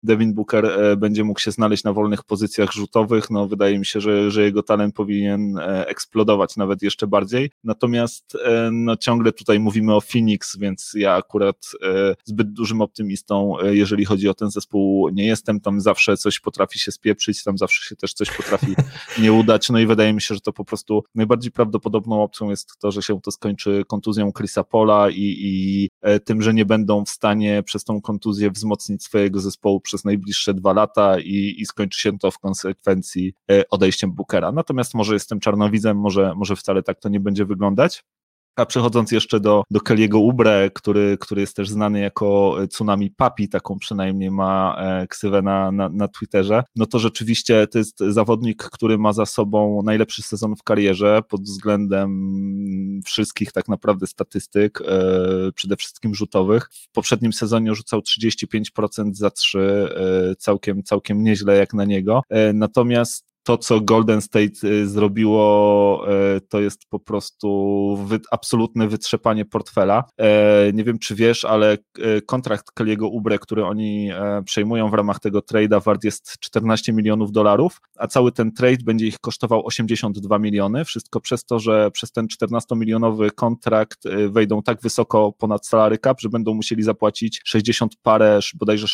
Devin Booker będzie mógł się znaleźć na wolnych pozycjach rzutowych, no wydaje mi się, że jego talent powinien eksplodować nawet jeszcze bardziej, natomiast no ciągle tutaj mówimy o Phoenix, więc ja akurat zbyt dużym optymistą, jeżeli chodzi o ten zespół, nie jestem, tam zawsze coś potrafi się spieprzyć, tam zawsze się też coś potrafi nie udać, no i wydaje mi się, że to po prostu najbardziej prawdopodobną opcją jest to, że się to skończy kontuzją Chrisa Paula i tym, że nie będą w stanie przez tą kontuzję wzmocnić swojego zespołu przez najbliższe 2 lata i skończy się to w konsekwencji odejściem Bookera. Natomiast może jestem czarnowidzem, może wcale tak to nie będzie wyglądać. A przechodząc jeszcze do Kelly'ego Oubre, który jest też znany jako Tsunami Papi, taką przynajmniej ma ksywę na Twitterze, no to rzeczywiście to jest zawodnik, który ma za sobą najlepszy sezon w karierze pod względem wszystkich tak naprawdę statystyk, przede wszystkim rzutowych. W poprzednim sezonie rzucał 35% za 3, całkiem nieźle jak na niego. Natomiast to, co Golden State zrobiło, to jest po prostu absolutne wytrzepanie portfela. Nie wiem, czy wiesz, ale kontrakt Kelly'ego Oubre, który oni przejmują w ramach tego trade'a, wart jest $14 milionów, a cały ten trade będzie ich kosztował 82 miliony. Wszystko przez to, że przez ten 14-milionowy kontrakt wejdą tak wysoko ponad salary cap, że będą musieli zapłacić 60 parę, bodajże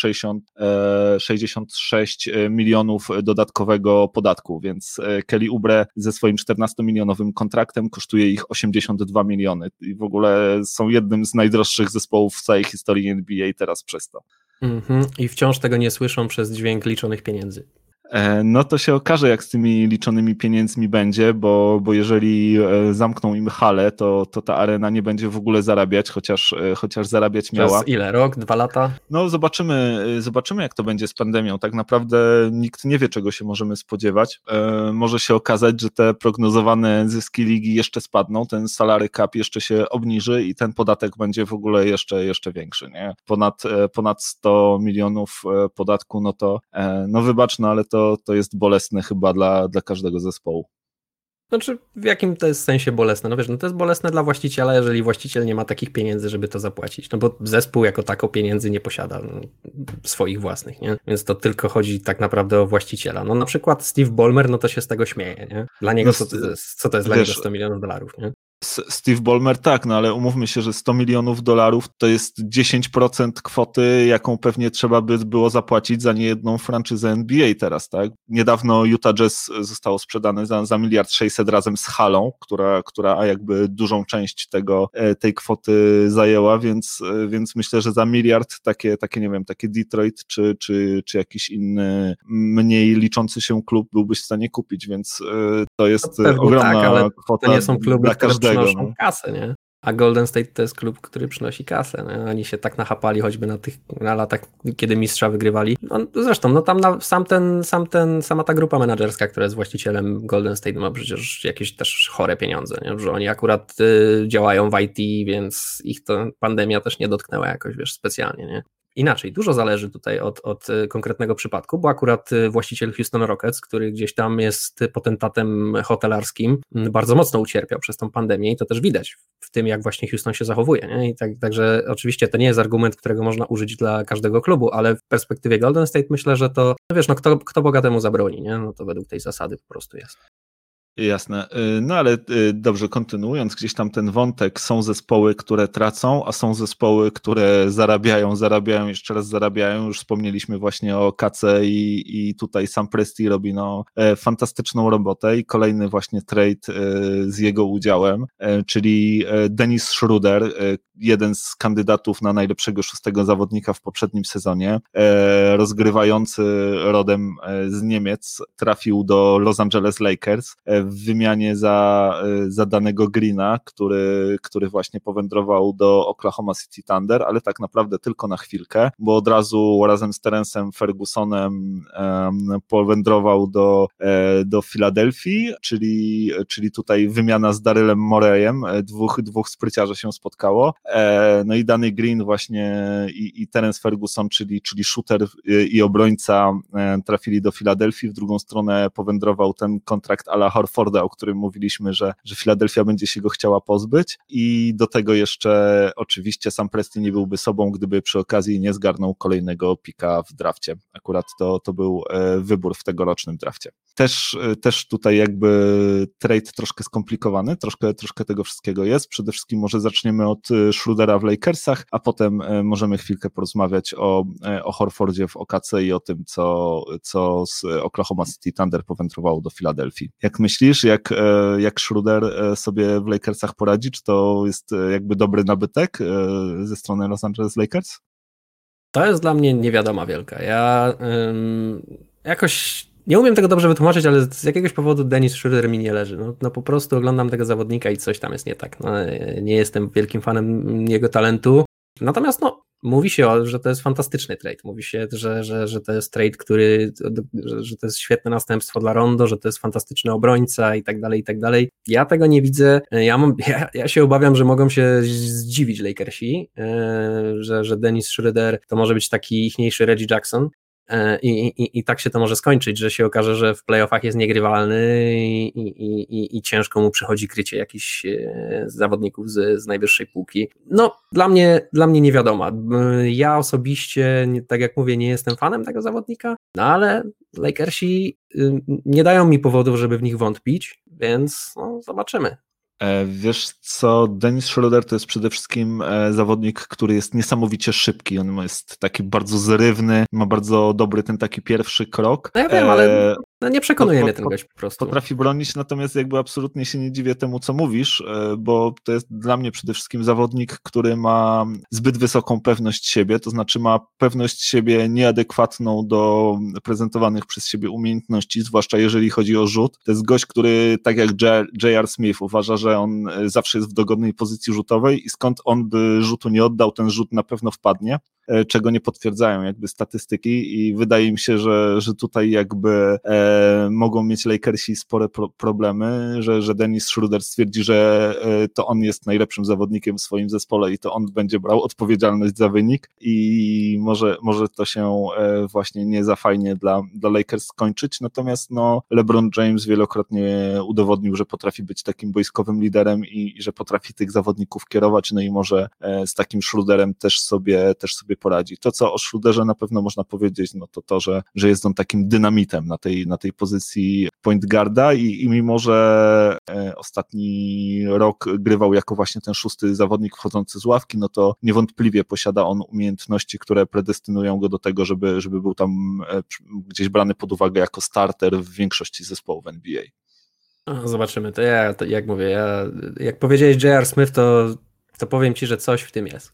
66 milionów dodatkowego podatku. Więc Kelly Oubre ze swoim 14-milionowym kontraktem kosztuje ich 82 miliony i w ogóle są jednym z najdroższych zespołów w całej historii NBA teraz przez to. I wciąż tego nie słyszą przez dźwięk liczonych pieniędzy. No to się okaże, jak z tymi liczonymi pieniędzmi będzie, bo jeżeli zamkną im halę, to ta arena nie będzie w ogóle zarabiać, chociaż zarabiać miała. Przez ile? Rok? 2 lata? No zobaczymy, jak to będzie z pandemią. Tak naprawdę nikt nie wie, czego się możemy spodziewać. Może się okazać, że te prognozowane zyski ligi jeszcze spadną, ten salary cap jeszcze się obniży i ten podatek będzie w ogóle jeszcze większy, nie? Ponad 100 milionów podatku, no wybacz, no ale to jest bolesne chyba dla każdego zespołu. Znaczy, w jakim to jest sensie bolesne? No wiesz, no to jest bolesne dla właściciela, jeżeli właściciel nie ma takich pieniędzy, żeby to zapłacić, no bo zespół jako tako pieniędzy nie posiada swoich własnych, nie? Więc to tylko chodzi tak naprawdę o właściciela. No na przykład Steve Ballmer, no to się z tego śmieje, nie? Dla niego co to jest dla niego $100 milionów, nie? Steve Ballmer tak, no ale umówmy się, że $100 milionów to jest 10% kwoty, jaką pewnie trzeba by było zapłacić za niejedną franczyzę NBA teraz, tak? Niedawno Utah Jazz zostało sprzedane za $1,6 miliarda razem z halą, która jakby dużą część tej kwoty zajęła, więc myślę, że za miliard takie nie wiem, takie Detroit czy jakiś inny mniej liczący się klub byłbyś w stanie kupić, więc to jest ogromna kwota to nie są kluby, dla każdego. Przynoszą kasę, nie? A Golden State to jest klub, który przynosi kasę. Nie? Oni się tak nachapali choćby na latach, kiedy mistrza wygrywali. No, zresztą, no tam sama ta grupa menadżerska, która jest właścicielem Golden State, ma przecież jakieś też chore pieniądze, nie? Że oni akurat działają w IT, więc ich to pandemia też nie dotknęła jakoś, wiesz, specjalnie, nie? Inaczej, dużo zależy tutaj od konkretnego przypadku, bo akurat właściciel Houston Rockets, który gdzieś tam jest potentatem hotelarskim, bardzo mocno ucierpiał przez tą pandemię i to też widać w tym, jak właśnie Houston się zachowuje. Nie? I także oczywiście to nie jest argument, którego można użyć dla każdego klubu, ale w perspektywie Golden State myślę, że to, no wiesz, no kto bogatemu zabroni, nie? No to według tej zasady po prostu jest. Jasne, no ale dobrze, kontynuując gdzieś tam ten wątek, są zespoły, które tracą, a są zespoły, które zarabiają, jeszcze raz zarabiają, już wspomnieliśmy właśnie o Kace i tutaj Sam Presti robi fantastyczną robotę i kolejny właśnie trade z jego udziałem, czyli Dennis Schroeder, jeden z kandydatów na najlepszego 6. zawodnika w poprzednim sezonie, rozgrywający rodem z Niemiec, trafił do Los Angeles Lakers w wymianie za danego Greena, który właśnie powędrował do Oklahoma City Thunder, ale tak naprawdę tylko na chwilkę, bo od razu razem z Terence'em Fergusonem powędrował do Filadelfii, czyli tutaj wymiana z Darylem Moreyem, dwóch spryciarzy się spotkało, no i dany Green właśnie i Terence Ferguson, czyli shooter i obrońca trafili do Filadelfii, w drugą stronę powędrował ten kontrakt a la Horford Horforda, o którym mówiliśmy, że Philadelphia będzie się go chciała pozbyć i do tego jeszcze oczywiście sam Presti nie byłby sobą, gdyby przy okazji nie zgarnął kolejnego pika w drafcie. Akurat to był wybór w tegorocznym drafcie. Też tutaj jakby trade troszkę skomplikowany, troszkę tego wszystkiego jest. Przede wszystkim może zaczniemy od Schroedera w Lakersach, a potem możemy chwilkę porozmawiać o Horfordzie w OKC i o tym, co z Oklahoma City Thunder powędrowało do Filadelfii. Jak myślisz, jak Schroeder sobie w Lakersach poradzi? Czy to jest jakby dobry nabytek ze strony Los Angeles Lakers? To jest dla mnie niewiadoma wielka. Ja jakoś nie umiem tego dobrze wytłumaczyć, ale z jakiegoś powodu Dennis Schroeder mi nie leży. No po prostu oglądam tego zawodnika i coś tam jest nie tak. No, nie jestem wielkim fanem jego talentu. Natomiast mówi się, że to jest fantastyczny trade. Mówi się, że to jest trade, że to jest świetne następstwo dla Rondo, że to jest fantastyczny obrońca i tak dalej, i tak dalej. Ja tego nie widzę. Ja się obawiam, że mogą się zdziwić Lakersi, że Dennis Schroeder to może być taki ichniejszy Reggie Jackson. I tak się to może skończyć, że się okaże, że w playoffach jest niegrywalny i ciężko mu przychodzi krycie jakichś zawodników z najwyższej półki. Dla mnie nie wiadomo. Ja osobiście, tak jak mówię, nie jestem fanem tego zawodnika, ale Lakersi nie dają mi powodów, żeby w nich wątpić, więc zobaczymy. Wiesz co, Dennis Schroeder to jest przede wszystkim zawodnik, który jest niesamowicie szybki, on jest taki bardzo zrywny, ma bardzo dobry ten taki pierwszy krok. No ja wiem, ale nie przekonuje mnie ten gość po prostu. Potrafi bronić, natomiast jakby absolutnie się nie dziwię temu, co mówisz, bo to jest dla mnie przede wszystkim zawodnik, który ma zbyt wysoką pewność siebie, to znaczy ma pewność siebie nieadekwatną do prezentowanych przez siebie umiejętności, zwłaszcza jeżeli chodzi o rzut. To jest gość, który tak jak J.R. Smith uważa, że on zawsze jest w dogodnej pozycji rzutowej i skąd on by rzutu nie oddał, ten rzut na pewno wpadnie, czego nie potwierdzają jakby statystyki i wydaje mi się, że tutaj jakby mogą mieć Lakersi spore problemy, że Dennis Schroeder stwierdzi, że to on jest najlepszym zawodnikiem w swoim zespole i to on będzie brał odpowiedzialność za wynik i może to się właśnie nie za fajnie dla Lakers skończyć, natomiast LeBron James wielokrotnie udowodnił, że potrafi być takim boiskowym liderem i że potrafi tych zawodników kierować, i może z takim Schroederem też sobie poradzi. To, co o Schroederze na pewno można powiedzieć, to, że jest on takim dynamitem na tej pozycji point guarda i mimo, że ostatni rok grywał jako właśnie ten szósty zawodnik wchodzący z ławki, to niewątpliwie posiada on umiejętności, które predestynują go do tego, żeby był tam gdzieś brany pod uwagę jako starter w większości zespołów NBA. Zobaczymy. Jak mówię, jak powiedziałeś J.R. Smith, to powiem ci, że coś w tym jest.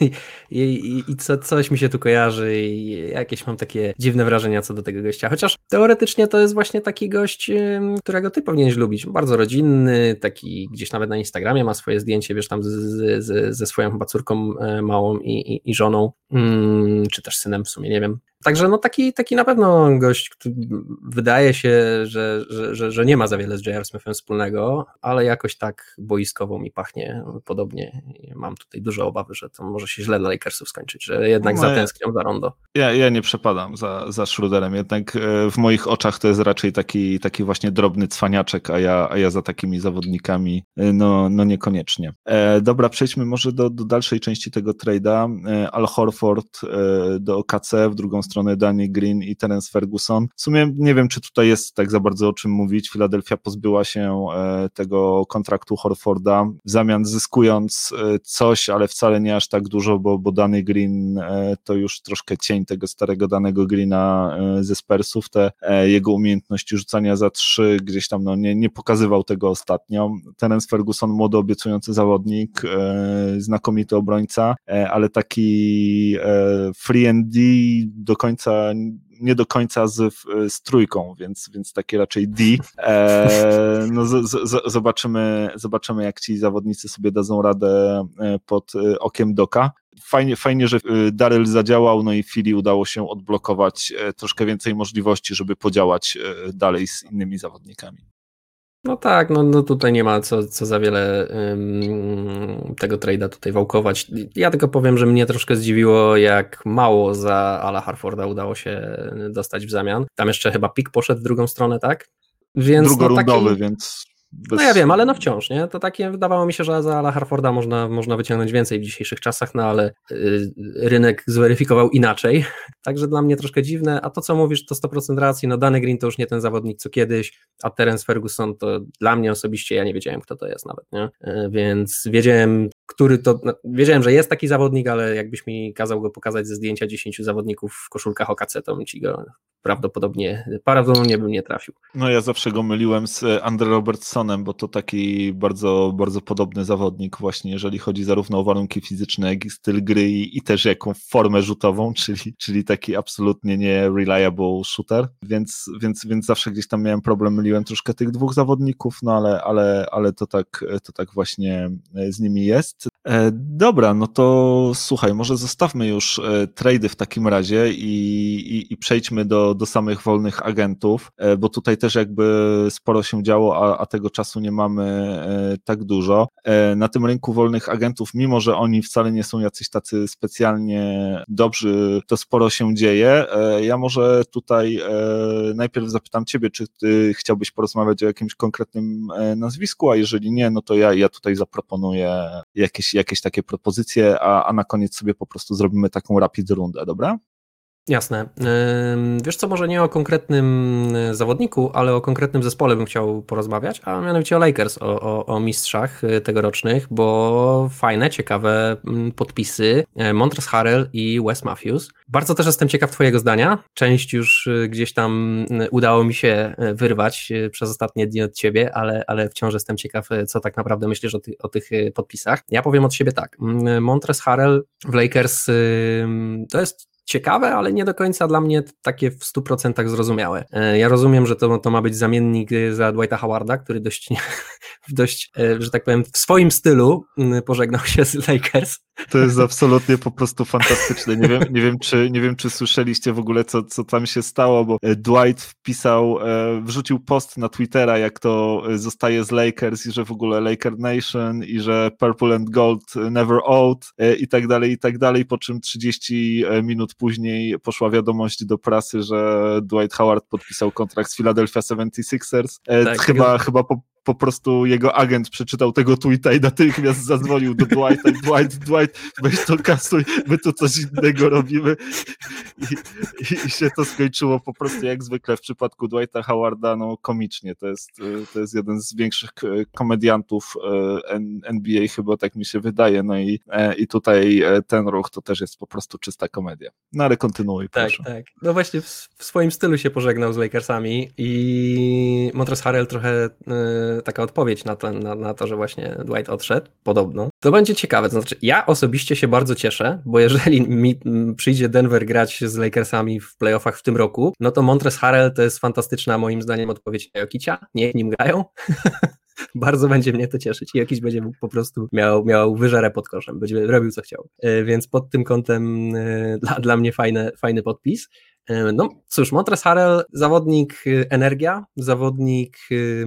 I coś mi się tu kojarzy i jakieś mam takie dziwne wrażenia co do tego gościa. Chociaż teoretycznie to jest właśnie taki gość, którego ty powinieneś lubić. Bardzo rodzinny, taki gdzieś nawet na Instagramie ma swoje zdjęcie, wiesz, tam ze swoją chyba córką małą i żoną, czy też synem w sumie, nie wiem. Także taki na pewno gość, który wydaje się, że nie ma za wiele z J.R. Smithem wspólnego, ale jakoś tak boiskowo mi pachnie podobnie. Mam tutaj duże obawy, że to może się źle dla Lakersów skończyć, że jednak zatęsknią za Rondo. Ja nie przepadam za Schroederem, jednak w moich oczach to jest raczej taki właśnie drobny cwaniaczek, a ja za takimi zawodnikami niekoniecznie. Dobra, przejdźmy może do dalszej części tego trade'a. Al Horford do OKC, w drugą stronę Danny Green i Terence Ferguson. W sumie nie wiem, czy tutaj jest tak za bardzo o czym mówić. Philadelphia pozbyła się tego kontraktu Horforda, w zamian zyskując coś, ale wcale nie aż tak dużo, bo Danny Green to już troszkę cień tego starego danego Greena ze Spursów. Te jego umiejętności rzucania za 3 gdzieś tam nie pokazywał tego ostatnio. Terence Ferguson, młody, obiecujący zawodnik, znakomity obrońca, ale taki free and D nie do końca z trójką, więc takie raczej D. Zobaczymy, jak ci zawodnicy sobie dadzą radę pod okiem Doka. Fajnie, że Daryl zadziałał, i Philly udało się odblokować troszkę więcej możliwości, żeby podziałać dalej z innymi zawodnikami. No tak, tutaj nie ma co za wiele tego trade'a tutaj wałkować. Ja tylko powiem, że mnie troszkę zdziwiło, jak mało za Ala Horforda udało się dostać w zamian. Tam jeszcze chyba pik poszedł w drugą stronę, tak? Więc drugorundowy, więc... No ja wiem, ale wciąż, nie? To takie wydawało mi się, że za Ala Harforda można wyciągnąć więcej w dzisiejszych czasach, no ale rynek zweryfikował inaczej, także dla mnie troszkę dziwne, a to co mówisz to 100% racji, no Danny Green to już nie ten zawodnik co kiedyś, a Terence Ferguson to dla mnie osobiście, ja nie wiedziałem kto to jest nawet, nie? Więc wiedziałem, że jest taki zawodnik, ale jakbyś mi kazał go pokazać ze zdjęcia 10 zawodników w koszulkach OKC, to bym ci go prawdopodobnie bym nie trafił. No ja zawsze go myliłem z Andre Robertsonem, bo to taki bardzo, bardzo podobny zawodnik właśnie, jeżeli chodzi zarówno o warunki fizyczne, jak i styl gry i też jaką formę rzutową, czyli taki absolutnie nie reliable shooter, więc zawsze gdzieś tam miałem problem, myliłem troszkę tych dwóch zawodników, no ale to tak właśnie z nimi jest. Dobra, no to słuchaj, może zostawmy już trady w takim razie i przejdźmy do samych wolnych agentów, bo tutaj też jakby sporo się działo, a tego czasu nie mamy tak dużo. Na tym rynku wolnych agentów, mimo że oni wcale nie są jacyś tacy specjalnie dobrzy, to sporo się dzieje. Ja może tutaj najpierw zapytam ciebie, czy ty chciałbyś porozmawiać o jakimś konkretnym nazwisku, a jeżeli nie, no to ja tutaj zaproponuję jakieś takie propozycje, a na koniec sobie po prostu zrobimy taką rapid rundę, dobra? Jasne. Wiesz co, może nie o konkretnym zawodniku, ale o konkretnym zespole bym chciał porozmawiać, a mianowicie o Lakers, o mistrzach tegorocznych, bo fajne, ciekawe podpisy Montrezl Harrell i Wes Matthews. Bardzo też jestem ciekaw twojego zdania. Część już gdzieś tam udało mi się wyrwać przez ostatnie dni od ciebie, ale wciąż jestem ciekaw, co tak naprawdę myślisz o tych podpisach. Ja powiem od siebie tak. Montrezl Harrell w Lakers to jest ciekawe, ale nie do końca dla mnie takie w 100% zrozumiałe. Ja rozumiem, że to ma być zamiennik za Dwighta Howarda, który dość, że tak powiem, w swoim stylu pożegnał się z Lakers. To jest absolutnie po prostu fantastyczne. Nie wiem, czy słyszeliście w ogóle, co tam się stało, bo Dwight wrzucił post na Twittera, jak to zostaje z Lakers i że w ogóle Laker Nation i że Purple and Gold never old i tak dalej, po czym 30 minut później poszła wiadomość do prasy, że Dwight Howard podpisał kontrakt z Philadelphia 76ers. Tak, chyba po prostu jego agent przeczytał tego tweeta i natychmiast zadzwonił do Dwighta i Dwight, weź to kasuj, my tu coś innego robimy i się to skończyło po prostu jak zwykle w przypadku Dwighta Howarda, no komicznie, to jest jeden z większych komediantów NBA chyba, tak mi się wydaje, no i tutaj ten ruch to też jest po prostu czysta komedia. No ale kontynuuj, proszę. Tak. No właśnie w swoim stylu się pożegnał z Lakersami i Montrezl Harrell trochę taka odpowiedź na to, że właśnie Dwight odszedł, podobno. To będzie ciekawe, to znaczy ja osobiście się bardzo cieszę, bo jeżeli mi przyjdzie Denver grać z Lakersami w playoffach w tym roku, no to Montrezl Harrell to jest fantastyczna moim zdaniem odpowiedź na Jokicia, niech nim grają. Bardzo będzie mnie to cieszyć i jakiś będzie po prostu miał wyżerę pod koszem, będzie robił co chciał. Więc pod tym kątem dla mnie fajny podpis. No cóż, Montrezl Harrell, zawodnik energia, zawodnik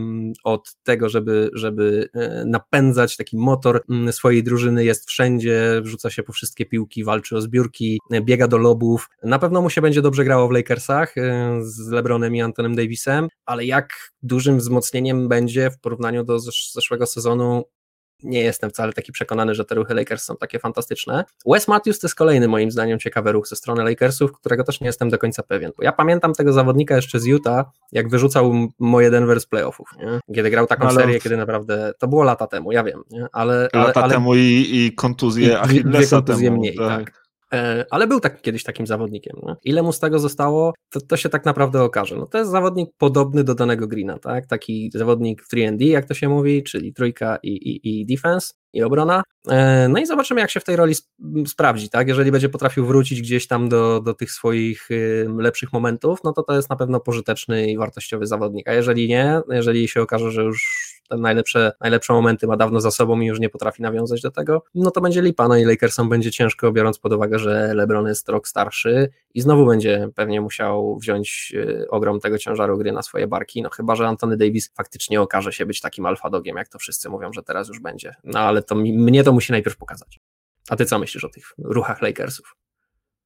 od tego, żeby napędzać taki motor swojej drużyny, jest wszędzie, wrzuca się po wszystkie piłki, walczy o zbiórki, biega do lobów. Na pewno mu się będzie dobrze grało w Lakersach z LeBronem i Antonem Davisem, ale jak dużym wzmocnieniem będzie w porównaniu do zeszłego sezonu, nie jestem wcale taki przekonany, że te ruchy Lakers są takie fantastyczne. Wes Matthews to jest kolejny moim zdaniem ciekawy ruch ze strony Lakersów, którego też nie jestem do końca pewien, bo ja pamiętam tego zawodnika jeszcze z Utah, jak wyrzucał moje Denver z playoffów, nie? Kiedy grał taką serię, kiedy naprawdę, to było lata temu, ja wiem, nie? Ale temu i kontuzje Achillesa temu. Mniej, tak. Ale był kiedyś takim zawodnikiem. No. Ile mu z tego zostało, to się tak naprawdę okaże. No to jest zawodnik podobny do danego Greena, tak? Taki zawodnik 3&D, jak to się mówi, czyli trójka i defense i obrona. No i zobaczymy, jak się w tej roli sprawdzi, tak? Jeżeli będzie potrafił wrócić gdzieś tam do tych swoich lepszych momentów, no to jest na pewno pożyteczny i wartościowy zawodnik, a jeżeli nie, jeżeli się okaże, że już te najlepsze momenty ma dawno za sobą i już nie potrafi nawiązać do tego, no to będzie lipa, no i Lakersom będzie ciężko, biorąc pod uwagę, że LeBron jest rok starszy i znowu będzie pewnie musiał wziąć ogrom tego ciężaru gry na swoje barki, no chyba, że Anthony Davis faktycznie okaże się być takim alfadogiem, jak to wszyscy mówią, że teraz już będzie, no ale to mnie to musi najpierw pokazać. A ty co myślisz o tych ruchach Lakersów?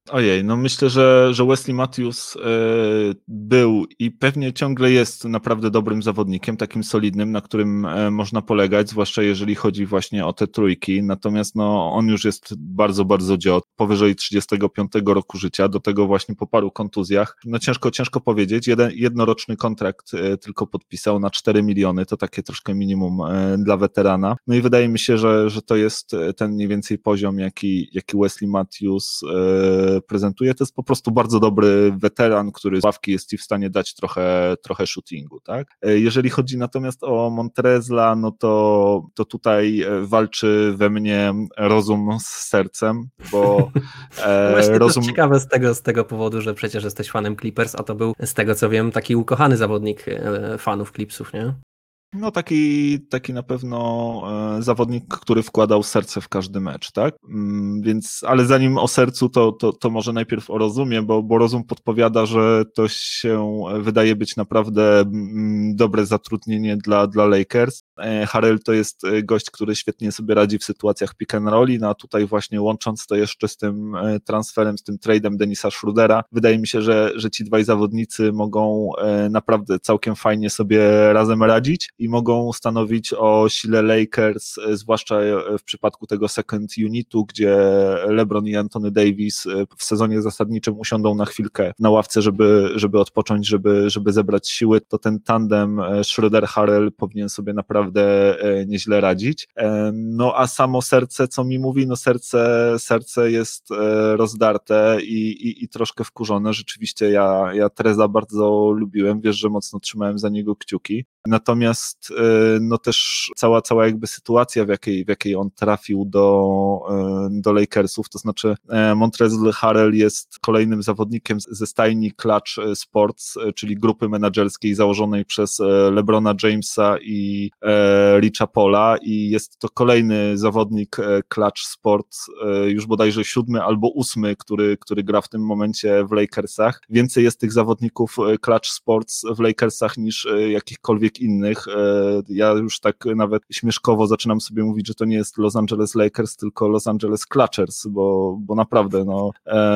Ojej, no myślę, że Wesley Matthews był i pewnie ciągle jest naprawdę dobrym zawodnikiem, takim solidnym, na którym można polegać, zwłaszcza jeżeli chodzi właśnie o te trójki, natomiast no, on już jest bardzo, bardzo dziot, powyżej 35 roku życia, do tego właśnie po paru kontuzjach, no ciężko powiedzieć, jednoroczny kontrakt tylko podpisał na 4 miliony, to takie troszkę minimum dla weterana, no i wydaje mi się, że to jest ten mniej więcej poziom, jaki Wesley Matthews prezentuje, to jest po prostu bardzo dobry weteran, który z ławki jest ci w stanie dać trochę shootingu, tak? Jeżeli chodzi natomiast o Montrezla, no to tutaj walczy we mnie rozum z sercem, bo Właśnie to jest ciekawe z tego powodu, że przecież jesteś fanem Clippers, a to był, z tego co wiem, taki ukochany zawodnik fanów Clipsów, nie? No taki na pewno zawodnik, który wkładał serce w każdy mecz, tak? Więc, ale zanim o sercu, to może najpierw o rozumie, bo rozum podpowiada, że to się wydaje być naprawdę dobre zatrudnienie dla Lakers. Harrell to jest gość, który świetnie sobie radzi w sytuacjach pick and rolli, no a tutaj właśnie łącząc to jeszcze z tym transferem, z tym trade'em Dennisa Schroedera, wydaje mi się, że ci dwaj zawodnicy mogą naprawdę całkiem fajnie sobie razem radzić i mogą stanowić o sile Lakers, zwłaszcza w przypadku tego second unitu, gdzie LeBron i Anthony Davis w sezonie zasadniczym usiądą na chwilkę na ławce, żeby odpocząć, żeby zebrać siły, to ten tandem Schroeder-Harrell powinien sobie naprawdę nieźle radzić. No a samo serce, co mi mówi? No serce jest rozdarte i troszkę wkurzone. Rzeczywiście ja Treza bardzo lubiłem, wiesz, że mocno trzymałem za niego kciuki. Natomiast no też cała jakby sytuacja, w jakiej on trafił do Lakersów, to znaczy Montrezl Harrell jest kolejnym zawodnikiem ze stajni Clutch Sports, czyli grupy menadżerskiej założonej przez LeBrona Jamesa i Richa Paula i jest to kolejny zawodnik Clutch Sports, już bodajże 7. albo 8, który gra w tym momencie w Lakersach. Więcej jest tych zawodników Clutch Sports w Lakersach niż jakichkolwiek innych. Ja już tak nawet śmieszkowo zaczynam sobie mówić, że to nie jest Los Angeles Lakers, tylko Los Angeles Clutchers, bo naprawdę no,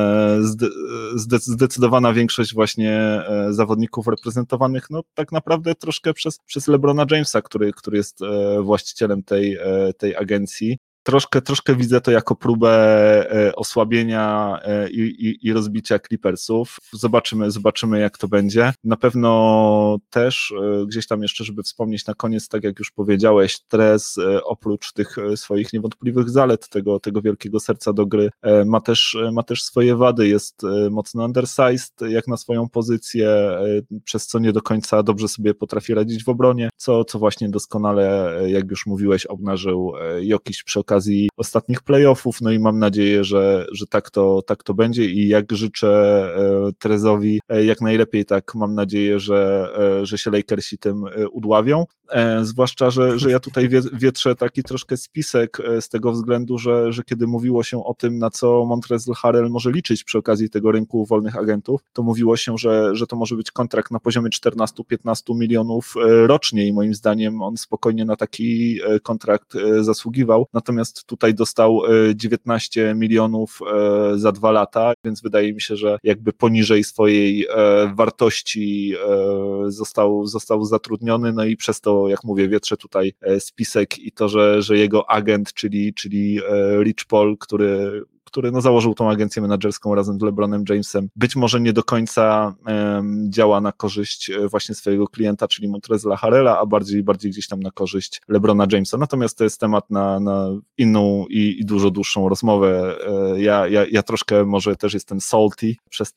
zdecydowana większość właśnie zawodników reprezentowanych no tak naprawdę troszkę przez LeBrona Jamesa, który jest właścicielem tej agencji. Troszkę widzę to jako próbę osłabienia i rozbicia Clippersów. Zobaczymy jak to będzie. Na pewno też gdzieś tam jeszcze, żeby wspomnieć na koniec, tak jak już powiedziałeś, Trez oprócz tych swoich niewątpliwych zalet, tego wielkiego serca do gry, ma też swoje wady. Jest mocno undersized jak na swoją pozycję, przez co nie do końca dobrze sobie potrafi radzić w obronie, co właśnie doskonale, jak już mówiłeś, obnażył Jokic przy okazji ostatnich playoffów, no i mam nadzieję, że tak to będzie i jak życzę Trezowi jak najlepiej, tak mam nadzieję, że się Lakersi tym udławią, zwłaszcza, że ja tutaj wietrzę taki troszkę spisek z tego względu, że kiedy mówiło się o tym, na co Montrezl Harrell może liczyć przy okazji tego rynku wolnych agentów, to mówiło się, że to może być kontrakt na poziomie 14-15 milionów rocznie i moim zdaniem on spokojnie na taki kontrakt zasługiwał, natomiast tutaj dostał 19 milionów za 2 lata, więc wydaje mi się, że jakby poniżej swojej wartości został zatrudniony, no i przez to, jak mówię, wietrzę tutaj spisek i to, że jego agent, czyli Rich Paul, który no założył tą agencję menadżerską razem z LeBronem Jamesem, być może nie do końca działa na korzyść właśnie swojego klienta, czyli Montrezla Harrella, a bardziej gdzieś tam na korzyść LeBrona Jamesa. Natomiast to jest temat na inną i dużo dłuższą rozmowę. Ja troszkę może też jestem salty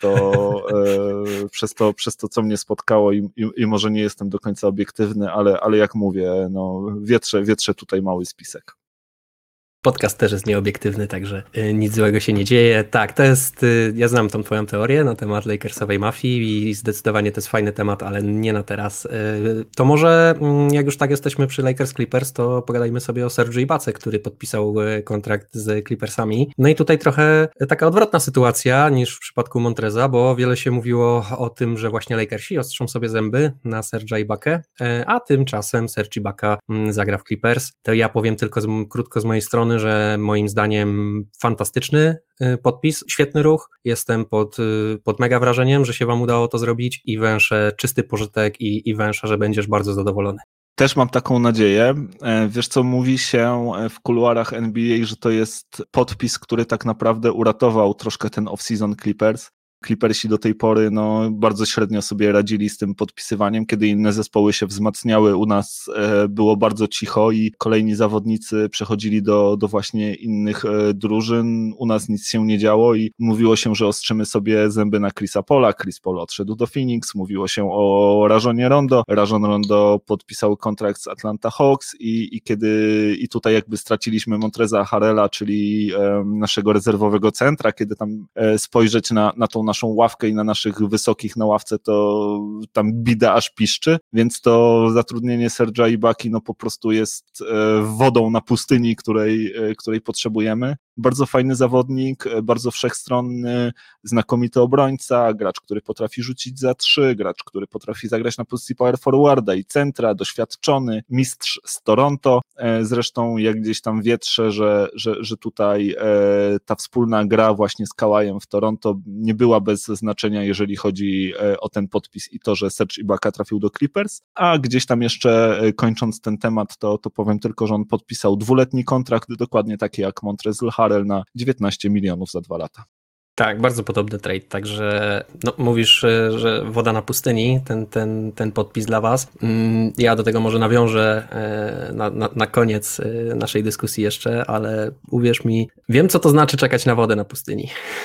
przez to, co mnie spotkało i może nie jestem do końca obiektywny, ale jak mówię, no wietrzę tutaj mały spisek. Podcast też jest nieobiektywny, także nic złego się nie dzieje. Tak, to jest, ja znam tą twoją teorię na temat Lakersowej mafii i zdecydowanie to jest fajny temat, ale nie na teraz. To może, jak już tak jesteśmy przy Lakers Clippers, to pogadajmy sobie o Serge'u Ibace, który podpisał kontrakt z Clippersami. No i tutaj trochę taka odwrotna sytuacja niż w przypadku Montreza, bo wiele się mówiło o tym, że właśnie Lakersi ostrzą sobie zęby na Serge'a Ibakę, a tymczasem Serge Ibaka zagra w Clippers. To ja powiem tylko krótko z mojej strony, strony, że moim zdaniem fantastyczny podpis, świetny ruch. Jestem pod mega wrażeniem, że się wam udało to zrobić i węszę czysty pożytek i węszę, że będziesz bardzo zadowolony. Też mam taką nadzieję. Wiesz co, mówi się w kuluarach NBA, że to jest podpis, który tak naprawdę uratował troszkę ten off-season Clippers. Clippersi do tej pory bardzo średnio sobie radzili z tym podpisywaniem, kiedy inne zespoły się wzmacniały, u nas było bardzo cicho i kolejni zawodnicy przechodzili do właśnie innych drużyn, u nas nic się nie działo i mówiło się, że ostrzymy sobie zęby na Chrisa Paula, Chris Paul odszedł do Phoenix, mówiło się o Rajonie Rondo, Rajon Rondo podpisał kontrakt z Atlanta Hawks i tutaj jakby straciliśmy Montreza Harrella, czyli naszego rezerwowego centra, kiedy tam spojrzeć na tą naszą ławkę i na naszych wysokich na ławce, to tam bida aż piszczy, więc to zatrudnienie Serge'a Ibaki po prostu jest wodą na pustyni, której potrzebujemy. Bardzo fajny zawodnik, bardzo wszechstronny, znakomity obrońca, gracz, który potrafi rzucić za 3, gracz, który potrafi zagrać na pozycji power forwarda i centra, doświadczony, mistrz z Toronto. Zresztą jak gdzieś tam wietrzę, że tutaj ta wspólna gra właśnie z Kałajem w Toronto nie była bez znaczenia, jeżeli chodzi o ten podpis i to, że Serge Ibaka trafił do Clippers, a gdzieś tam jeszcze kończąc ten temat, to powiem tylko, że on podpisał 2-letni kontrakt, dokładnie taki jak Montrezl Harrell na 19 milionów za 2 lata. Tak, bardzo podobny trade, także mówisz, że woda na pustyni, ten podpis dla was. Ja do tego może nawiążę na koniec naszej dyskusji jeszcze, ale uwierz mi, wiem co to znaczy czekać na wodę na pustyni.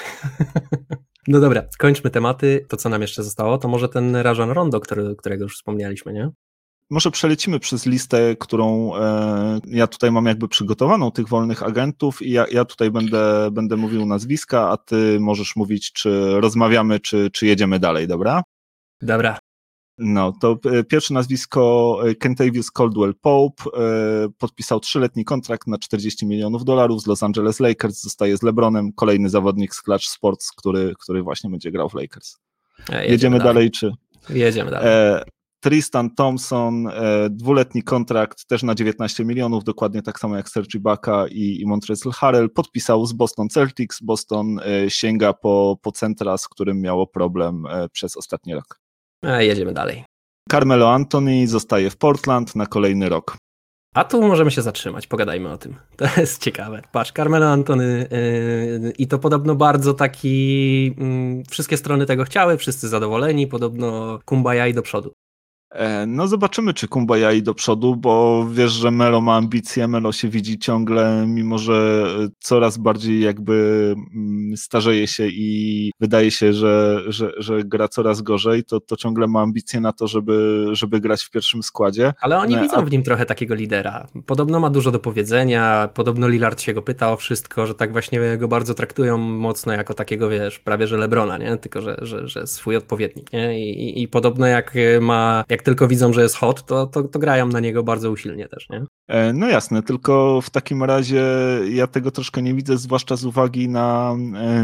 No dobra, kończmy tematy, to co nam jeszcze zostało, to może ten Rajon Rondo, którego już wspomnieliśmy, nie? Może przelecimy przez listę, którą ja tutaj mam jakby przygotowaną, tych wolnych agentów i ja tutaj będę mówił nazwiska, a ty możesz mówić, czy rozmawiamy, czy jedziemy dalej, dobra? Dobra. No, to pierwsze nazwisko Kentavious Caldwell-Pope, podpisał 3-letni kontrakt na $40 milionów z Los Angeles Lakers, zostaje z LeBronem, kolejny zawodnik z Clutch Sports, który właśnie będzie grał w Lakers. Jedziemy dalej, czy? Jedziemy dalej. Tristan Thompson, 2-letni kontrakt, też na 19 milionów, dokładnie tak samo jak Serge Ibaka i Montrezl Harrell, podpisał z Boston Celtics. Boston sięga po centra, z którym miało problem przez ostatni rok. Jedziemy dalej. Carmelo Anthony zostaje w Portland na kolejny rok. A tu możemy się zatrzymać, pogadajmy o tym. To jest ciekawe. Patrz, Carmelo Anthony i to podobno bardzo taki, wszystkie strony tego chciały, wszyscy zadowoleni, podobno kumbaya i do przodu. No zobaczymy, czy kumbaya i do przodu, bo wiesz, że Melo ma ambicje, Melo się widzi ciągle, mimo że coraz bardziej jakby starzeje się i wydaje się, że gra coraz gorzej, to ciągle ma ambicje na to, żeby grać w pierwszym składzie. Ale oni widzą w nim trochę takiego lidera. Podobno ma dużo do powiedzenia, podobno Lillard się go pyta o wszystko, że tak właśnie go bardzo traktują mocno jako takiego, wiesz, prawie że LeBrona, nie? Tylko, że swój odpowiednik, nie? I podobno jak tylko widzą, że jest hot, to grają na niego bardzo usilnie też, nie? No jasne, tylko w takim razie ja tego troszkę nie widzę, zwłaszcza z uwagi na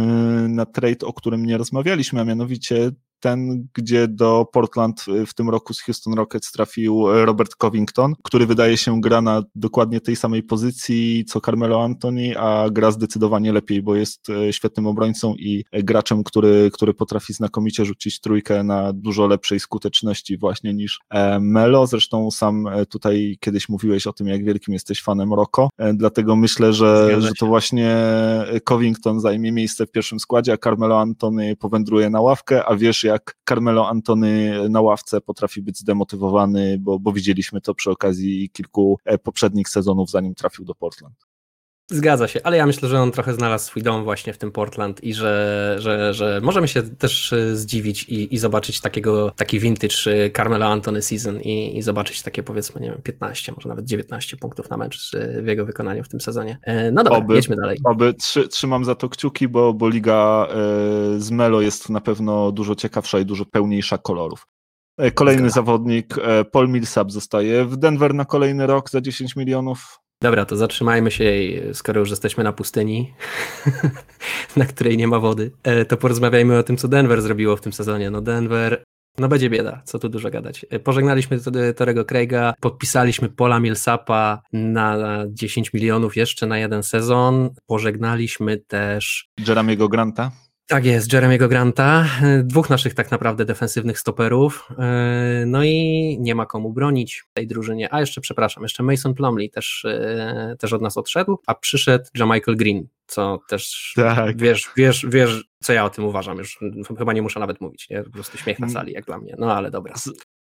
trade, o którym nie rozmawialiśmy, a mianowicie ten, gdzie do Portland w tym roku z Houston Rockets trafił Robert Covington, który wydaje się gra na dokładnie tej samej pozycji co Carmelo Anthony, a gra zdecydowanie lepiej, bo jest świetnym obrońcą i graczem, który potrafi znakomicie rzucić trójkę na dużo lepszej skuteczności właśnie niż Melo. Zresztą sam tutaj kiedyś mówiłeś o tym, jak wielkim jesteś fanem Rocco, dlatego myślę, że to właśnie Covington zajmie miejsce w pierwszym składzie, a Carmelo Anthony powędruje na ławkę, a wiesz, jak Carmelo Anthony na ławce potrafi być zdemotywowany, bo widzieliśmy to przy okazji kilku poprzednich sezonów, zanim trafił do Portland. Zgadza się, ale ja myślę, że on trochę znalazł swój dom właśnie w tym Portland i że możemy się też zdziwić i zobaczyć taki vintage Carmelo Anthony season i zobaczyć takie powiedzmy, nie wiem, 15, może nawet 19 punktów na mecz w jego wykonaniu w tym sezonie. No dobra, jedźmy dalej. Trzymam za to kciuki, bo liga z Melo jest na pewno dużo ciekawsza i dużo pełniejsza kolorów. Kolejny zawodnik, Paul Millsap, zostaje w Denver na kolejny rok za 10 milionów. Dobra, to zatrzymajmy się, skoro już jesteśmy na pustyni, na której nie ma wody, to porozmawiajmy o tym, co Denver zrobiło w tym sezonie. No Denver No będzie bieda, co tu dużo gadać. Pożegnaliśmy Torego Craiga, podpisaliśmy Paula Millsapa na 10 milionów jeszcze na jeden sezon. Pożegnaliśmy też Jeremiego Granta. Tak jest, Jeremiego Granta, dwóch naszych tak naprawdę defensywnych stoperów, no i nie ma komu bronić tej drużynie, a jeszcze przepraszam, jeszcze Mason Plumlee też od nas odszedł, a przyszedł Jamichael Green, co też tak. wiesz co ja o tym uważam, już chyba nie muszę nawet mówić, nie? Po prostu śmiech na sali jak dla mnie, no ale dobra.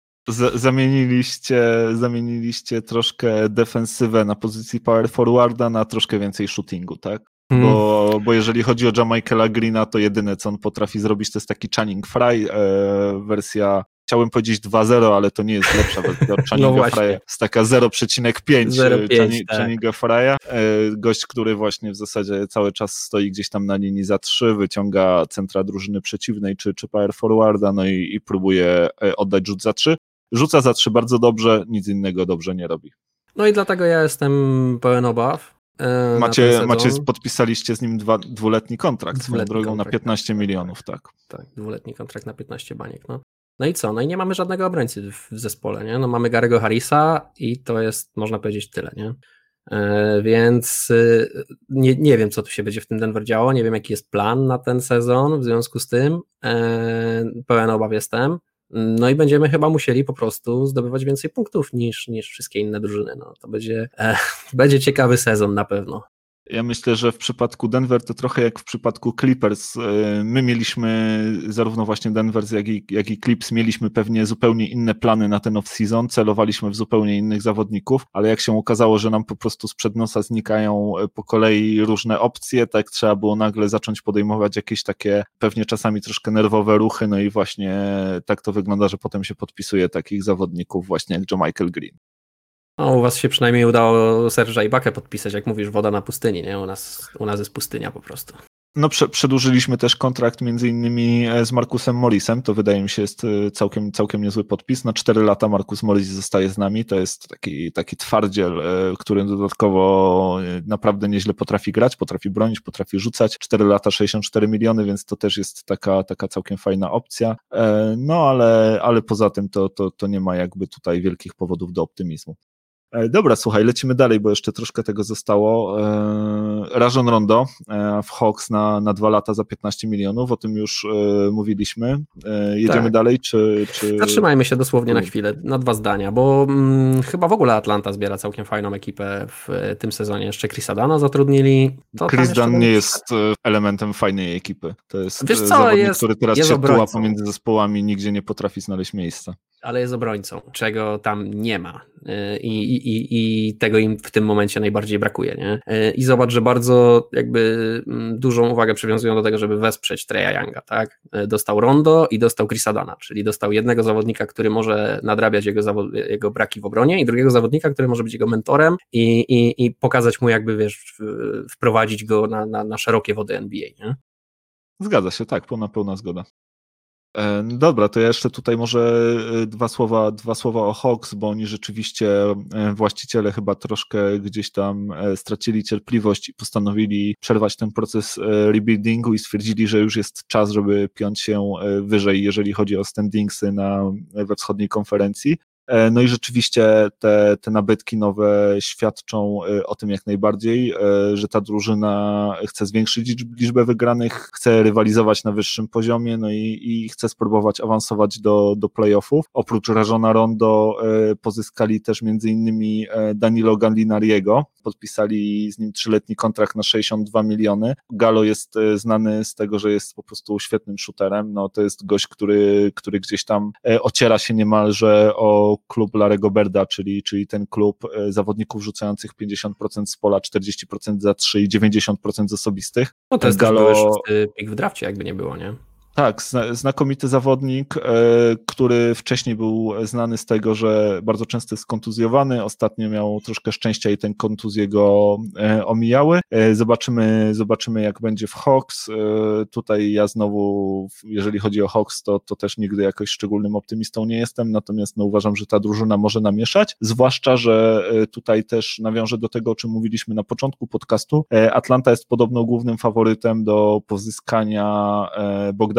Zamieniliście troszkę defensywę na pozycji power forwarda na troszkę więcej shootingu, tak? Bo jeżeli chodzi o Jamichaela Greena, to jedyne co on potrafi zrobić to jest taki Channing Frye, wersja, chciałem powiedzieć 2.0, ale to nie jest lepsza wersja od Channinga Frye'a, jest taka 0,5 Channinga Frye'a, gość, który właśnie w zasadzie cały czas stoi gdzieś tam na linii za 3, wyciąga centra drużyny przeciwnej czy power forwarda, no i próbuje oddać rzut za 3. Rzuca za 3 bardzo dobrze, nic innego dobrze nie robi. No i dlatego ja jestem pełen obaw. Podpisaliście z nim dwuletni kontrakt swoją drogą na 15 milionów, tak. Tak, dwuletni kontrakt na 15 baniek, no. No i co? No i nie mamy żadnego obrońcy w zespole, nie? No mamy Gary'ego Harrisa i to jest, można powiedzieć, tyle, nie? Więc nie wiem, co tu się będzie w tym Denver działo, nie wiem, jaki jest plan na ten sezon, w związku z tym pełen obaw jestem. No i będziemy chyba musieli po prostu zdobywać więcej punktów niż wszystkie inne drużyny. No, to będzie ciekawy sezon na pewno. Ja myślę, że w przypadku Denver to trochę jak w przypadku Clippers. My mieliśmy, zarówno właśnie Denver, jak i Clips, mieliśmy pewnie zupełnie inne plany na ten off-season, celowaliśmy w zupełnie innych zawodników, ale jak się okazało, że nam po prostu sprzed nosa znikają po kolei różne opcje, tak trzeba było nagle zacząć podejmować jakieś takie pewnie czasami troszkę nerwowe ruchy, no i właśnie tak to wygląda, że potem się podpisuje takich zawodników właśnie jak Jamichael Green. No, u was się przynajmniej udało Serge'a Ibakę podpisać, jak mówisz, woda na pustyni, nie? U nas jest pustynia po prostu. No przedłużyliśmy też kontrakt między innymi z Marcusem Morrisem, to wydaje mi się jest całkiem niezły podpis. Na 4 lata Marcus Morris zostaje z nami, to jest taki twardziel, który dodatkowo naprawdę nieźle potrafi grać, potrafi bronić, potrafi rzucać. 4 lata, 64 miliony, więc to też jest taka całkiem fajna opcja. No ale poza tym to nie ma jakby tutaj wielkich powodów do optymizmu. Dobra, słuchaj, lecimy dalej, bo jeszcze troszkę tego zostało. Rajon Rondo w Hawks na 2 lata za 15 milionów, o tym już mówiliśmy. Jedziemy dalej, czy... Zatrzymajmy się dosłownie na chwilę, na 2 zdania, bo chyba w ogóle Atlanta zbiera całkiem fajną ekipę w tym sezonie. Jeszcze Chrisa Dana zatrudnili. Chris Dunn nie jest elementem fajnej ekipy. To jest zawodnik, który teraz się tuła pomiędzy zespołami, nigdzie nie potrafi znaleźć miejsca. Ale jest obrońcą, czego tam nie ma i tego im w tym momencie najbardziej brakuje, nie? I zobacz, że bardzo jakby dużą uwagę przywiązują do tego, żeby wesprzeć Treya Younga, tak? Dostał Rondo i dostał Chrisa Dana, czyli dostał jednego zawodnika, który może nadrabiać jego braki w obronie i drugiego zawodnika, który może być jego mentorem i pokazać mu jakby, wiesz, wprowadzić go na szerokie wody NBA, nie? Zgadza się, tak, pełna zgoda. Dobra, to ja jeszcze tutaj może dwa słowa o Hawks, bo oni rzeczywiście, właściciele chyba troszkę gdzieś tam stracili cierpliwość i postanowili przerwać ten proces rebuildingu i stwierdzili, że już jest czas, żeby piąć się wyżej, jeżeli chodzi o standingsy we wschodniej konferencji. No i rzeczywiście te nabytki nowe świadczą o tym jak najbardziej, że ta drużyna chce zwiększyć liczbę wygranych, chce rywalizować na wyższym poziomie, no i chce spróbować awansować do playoffów. Oprócz Rajona Rondo pozyskali też między innymi Danilo Gallinariego, podpisali z nim 3-letni kontrakt na 62 miliony. Gallo jest znany z tego, że jest po prostu świetnym shooterem, no to jest gość, który gdzieś tam ociera się niemalże o klub Larry'ego Birda, czyli ten klub zawodników rzucających 50% z pola, 40% za 3 i 90% z osobistych. No to jest też były 6. pik w drafcie, jakby nie było, nie? Tak, znakomity zawodnik, który wcześniej był znany z tego, że bardzo często jest kontuzjowany, ostatnio miał troszkę szczęścia i ten kontuzje go omijały. Zobaczymy jak będzie w Hawks. Tutaj ja znowu, jeżeli chodzi o Hawks, to też nigdy jakoś szczególnym optymistą nie jestem, natomiast uważam, że ta drużyna może namieszać, zwłaszcza, że tutaj też nawiążę do tego, o czym mówiliśmy na początku podcastu. Atlanta jest podobno głównym faworytem do pozyskania Bogdana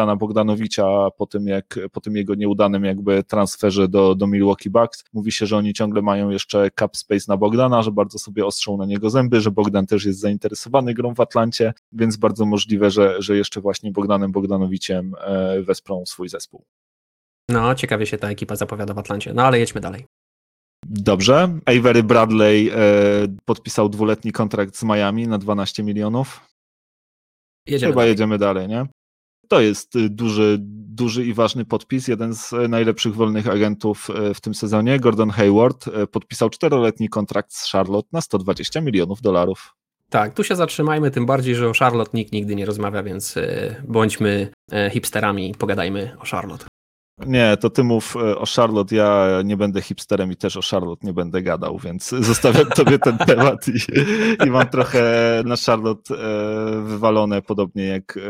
Bogdana Bogdanowicza po tym jego nieudanym jakby transferze do Milwaukee Bucks. Mówi się, że oni ciągle mają jeszcze cap space na Bogdana, że bardzo sobie ostrzą na niego zęby, że Bogdan też jest zainteresowany grą w Atlancie, więc bardzo możliwe, że jeszcze właśnie Bogdanem Bogdanowiciem wesprą swój zespół. No, ciekawie się ta ekipa zapowiada w Atlancie, no ale jedźmy dalej. Dobrze. Avery Bradley podpisał 2-letni kontrakt z Miami na 12 milionów. Jedziemy dalej, nie? To jest duży i ważny podpis. Jeden z najlepszych wolnych agentów w tym sezonie, Gordon Hayward, podpisał 4-letni kontrakt z Charlotte na $120 milionów. Tak, tu się zatrzymajmy, tym bardziej, że o Charlotte nikt nigdy nie rozmawia, więc bądźmy hipsterami i pogadajmy o Charlotte. Nie, to ty mów o Charlotte, ja nie będę hipsterem i też o Charlotte nie będę gadał, więc zostawiam tobie ten temat i mam trochę na Charlotte wywalone, podobnie jak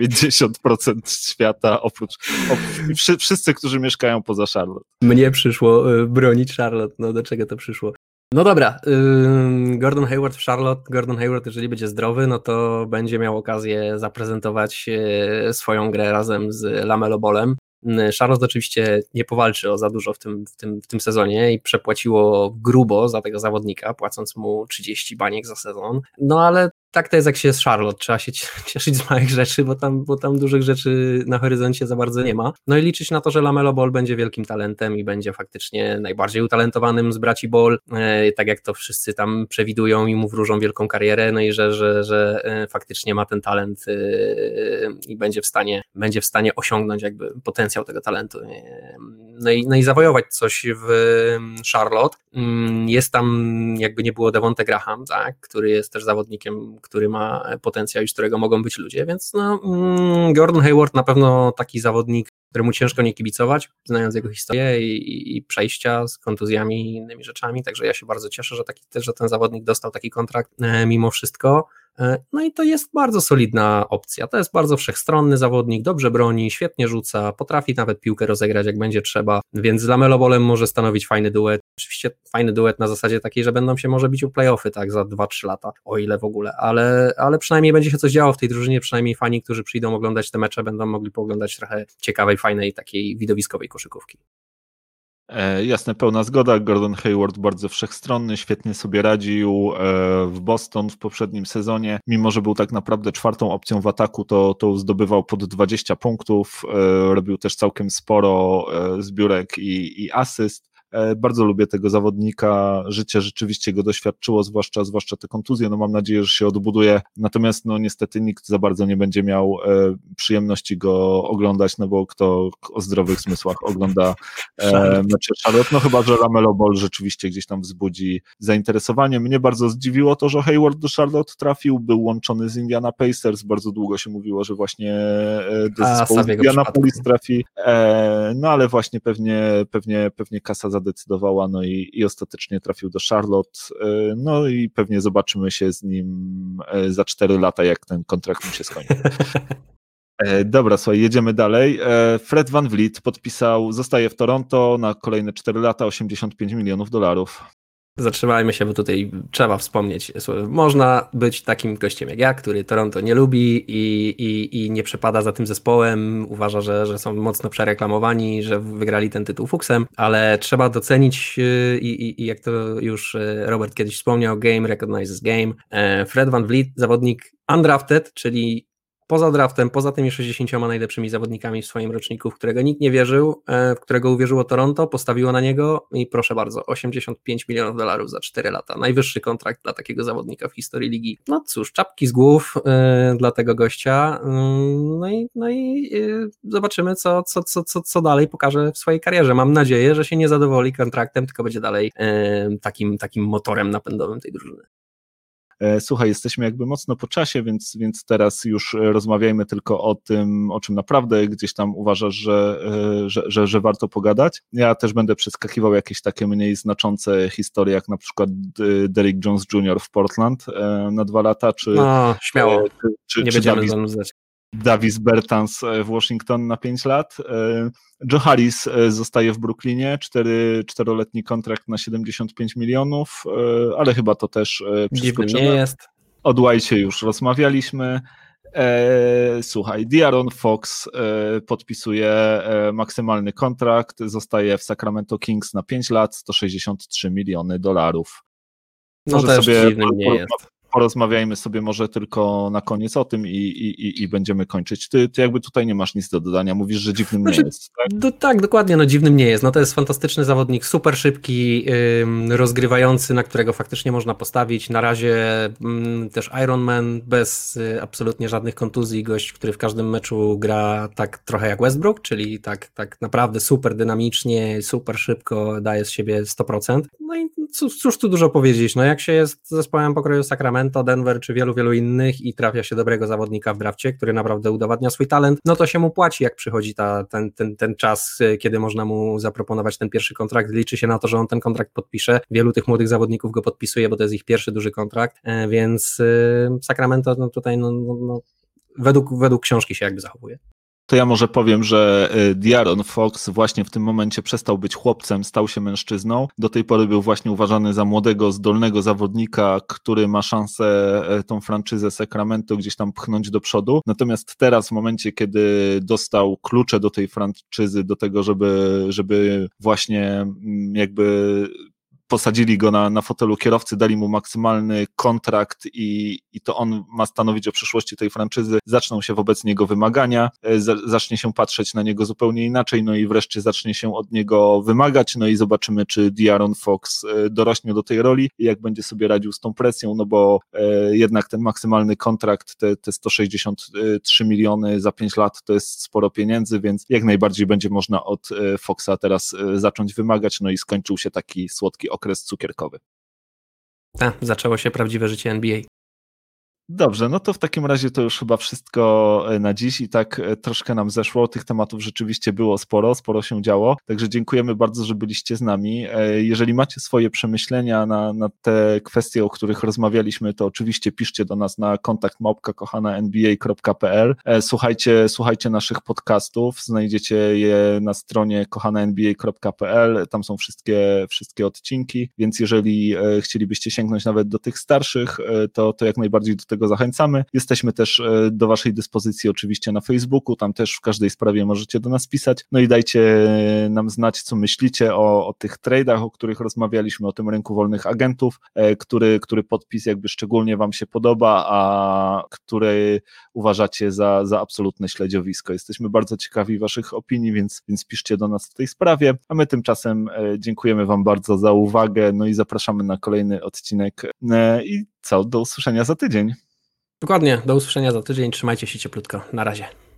90% świata, oprócz wszyscy, którzy mieszkają poza Charlotte. Mnie przyszło bronić Charlotte, no do czego to przyszło? No dobra, Gordon Hayward w Charlotte. Gordon Hayward, jeżeli będzie zdrowy, no to będzie miał okazję zaprezentować swoją grę razem z LaMelo Ballem. Charlotte oczywiście nie powalczy o za dużo w tym sezonie i przepłaciło grubo za tego zawodnika, płacąc mu 30 baniek za sezon. No ale tak to jest, jak się jest Charlotte, trzeba się cieszyć z małych rzeczy, bo tam dużych rzeczy na horyzoncie za bardzo nie ma. No i liczyć na to, że LaMelo Ball będzie wielkim talentem i będzie faktycznie najbardziej utalentowanym z braci Ball, tak jak to wszyscy tam przewidują i mu wróżą wielką karierę, no i że faktycznie ma ten talent i będzie w stanie osiągnąć jakby potencjał tego talentu. No i zawojować coś w Charlotte. Jest tam, jakby nie było, Devonte Graham, tak, który jest też zawodnikiem, który ma potencjał i z którego mogą być ludzie, więc no, Gordon Hayward na pewno taki zawodnik, któremu ciężko nie kibicować, znając jego historię i przejścia z kontuzjami i innymi rzeczami, także ja się bardzo cieszę, że ten zawodnik dostał taki kontrakt mimo wszystko. No i to jest bardzo solidna opcja, to jest bardzo wszechstronny zawodnik, dobrze broni, świetnie rzuca, potrafi nawet piłkę rozegrać jak będzie trzeba, więc z LaMelo Ballem może stanowić fajny duet, oczywiście fajny duet na zasadzie takiej, że będą się może bić o play-offy tak za 2-3 lata, o ile w ogóle, ale przynajmniej będzie się coś działo w tej drużynie, przynajmniej fani, którzy przyjdą oglądać te mecze, będą mogli pooglądać trochę ciekawej, fajnej, takiej widowiskowej koszykówki. Jasne, pełna zgoda. Gordon Hayward bardzo wszechstronny, świetnie sobie radził w Boston w poprzednim sezonie. Mimo że był tak naprawdę czwartą opcją w ataku, to zdobywał pod 20 punktów, robił też całkiem sporo zbiórek i asyst. Bardzo lubię tego zawodnika, życie rzeczywiście go doświadczyło, zwłaszcza te kontuzje, no mam nadzieję, że się odbuduje, natomiast no niestety nikt za bardzo nie będzie miał przyjemności go oglądać, no bo kto o zdrowych zmysłach ogląda mecze Charlotte, no chyba, że LaMelo Ball rzeczywiście gdzieś tam wzbudzi zainteresowanie. Mnie bardzo zdziwiło to, że Hayward do Charlotte trafił, był łączony z Indiana Pacers, bardzo długo się mówiło, że właśnie do zespołu Indianapolis trafi, no ale właśnie pewnie kasa zadecydowała, no i ostatecznie trafił do Charlotte, no i pewnie zobaczymy się z nim za 4 lata, jak ten kontrakt mu się skończy. Dobra, słuchaj, jedziemy dalej. Fred VanVleet zostaje w Toronto na kolejne 4 lata, $85 milionów. Zatrzymajmy się, bo tutaj trzeba wspomnieć. Można być takim gościem jak ja, który Toronto nie lubi i nie przepada za tym zespołem, uważa, że są mocno przereklamowani, że wygrali ten tytuł fuksem, ale trzeba docenić i jak to już Robert kiedyś wspomniał, game recognizes game. Fred VanVleet, zawodnik undrafted, czyli poza draftem, poza tymi 60 najlepszymi zawodnikami w swoim roczniku, w którego nikt nie wierzył, w którego uwierzyło Toronto, postawiło na niego i proszę bardzo, $85 milionów za 4 lata. Najwyższy kontrakt dla takiego zawodnika w historii ligi. No cóż, czapki z głów dla tego gościa. No i zobaczymy, co dalej pokaże w swojej karierze. Mam nadzieję, że się nie zadowoli kontraktem, tylko będzie dalej takim motorem napędowym tej drużyny. Słuchaj, jesteśmy jakby mocno po czasie, więc teraz już rozmawiajmy tylko o tym, o czym naprawdę gdzieś tam uważasz, że warto pogadać. Ja też będę przeskakiwał jakieś takie mniej znaczące historie, jak na przykład Derrick Jones Jr. w Portland na 2 lata, czy... No, śmiało, nie będziemy zanudzać. Davis Bertans w Washington na 5 lat. Joe Harris zostaje w Brooklynie, 4-letni kontrakt na $75 milionów, ale chyba to też przeskoczymy. Nie jest. O Dwightie już rozmawialiśmy. Słuchaj, De'Aaron Fox podpisuje maksymalny kontrakt, zostaje w Sacramento Kings na 5 lat, $163 miliony. No Może też sobie dziwnym nie jest. porozmawiajmy sobie może tylko na koniec o tym i będziemy kończyć. Ty jakby tutaj nie masz nic do dodania, mówisz, że dziwnym nie jest, tak? Tak, dokładnie, no dziwnym nie jest. No to jest fantastyczny zawodnik, super szybki, rozgrywający, na którego faktycznie można postawić. Na razie też Ironman bez absolutnie żadnych kontuzji, gość, który w każdym meczu gra tak trochę jak Westbrook, czyli tak naprawdę super dynamicznie, super szybko, daje z siebie 100%. No i cóż tu dużo powiedzieć, no jak się jest zespołem pokroju Sacramento, Denver czy wielu innych i trafia się dobrego zawodnika w drafcie, który naprawdę udowadnia swój talent, no to się mu płaci, jak przychodzi ten czas, kiedy można mu zaproponować ten pierwszy kontrakt. Liczy się na to, że on ten kontrakt podpisze. Wielu tych młodych zawodników go podpisuje, bo to jest ich pierwszy duży kontrakt, więc Sacramento no tutaj według książki się jakby zachowuje. To ja może powiem, że De'Aaron Fox właśnie w tym momencie przestał być chłopcem, stał się mężczyzną. Do tej pory był właśnie uważany za młodego, zdolnego zawodnika, który ma szansę tą franczyzę Sacramento gdzieś tam pchnąć do przodu. Natomiast teraz w momencie, kiedy dostał klucze do tej franczyzy, do tego, żeby właśnie jakby posadzili go na fotelu kierowcy, dali mu maksymalny kontrakt i to on ma stanowić o przyszłości tej franczyzy. Zaczną się wobec niego wymagania, zacznie się patrzeć na niego zupełnie inaczej, no i wreszcie zacznie się od niego wymagać, no i zobaczymy, czy De'Aaron Fox dorośnie do tej roli i jak będzie sobie radził z tą presją, no bo jednak ten maksymalny kontrakt, te 163 miliony za 5 lat to jest sporo pieniędzy, więc jak najbardziej będzie można od Foxa teraz zacząć wymagać, no i skończył się taki słodki okres cukierkowy. Zaczęło się prawdziwe życie NBA. Dobrze, no to w takim razie to już chyba wszystko na dziś i tak troszkę nam zeszło, tych tematów rzeczywiście było sporo się działo, także dziękujemy bardzo, że byliście z nami. Jeżeli macie swoje przemyślenia na te kwestie, o których rozmawialiśmy, to oczywiście piszcie do nas na kontakt@kochana.nba.pl. Słuchajcie naszych podcastów, znajdziecie je na stronie kochana.nba.pl, tam są wszystkie odcinki, więc jeżeli chcielibyście sięgnąć nawet do tych starszych, to jak najbardziej do tego zachęcamy. Jesteśmy też do waszej dyspozycji oczywiście na Facebooku, tam też w każdej sprawie możecie do nas pisać, no i dajcie nam znać, co myślicie o tych trade'ach, o których rozmawialiśmy, o tym rynku wolnych agentów, który podpis jakby szczególnie wam się podoba, a który uważacie za absolutne śledziowisko. Jesteśmy bardzo ciekawi waszych opinii, więc piszcie do nas w tej sprawie, a my tymczasem dziękujemy wam bardzo za uwagę, no i zapraszamy na kolejny odcinek i do usłyszenia za tydzień. Dokładnie, do usłyszenia za tydzień, trzymajcie się cieplutko, na razie.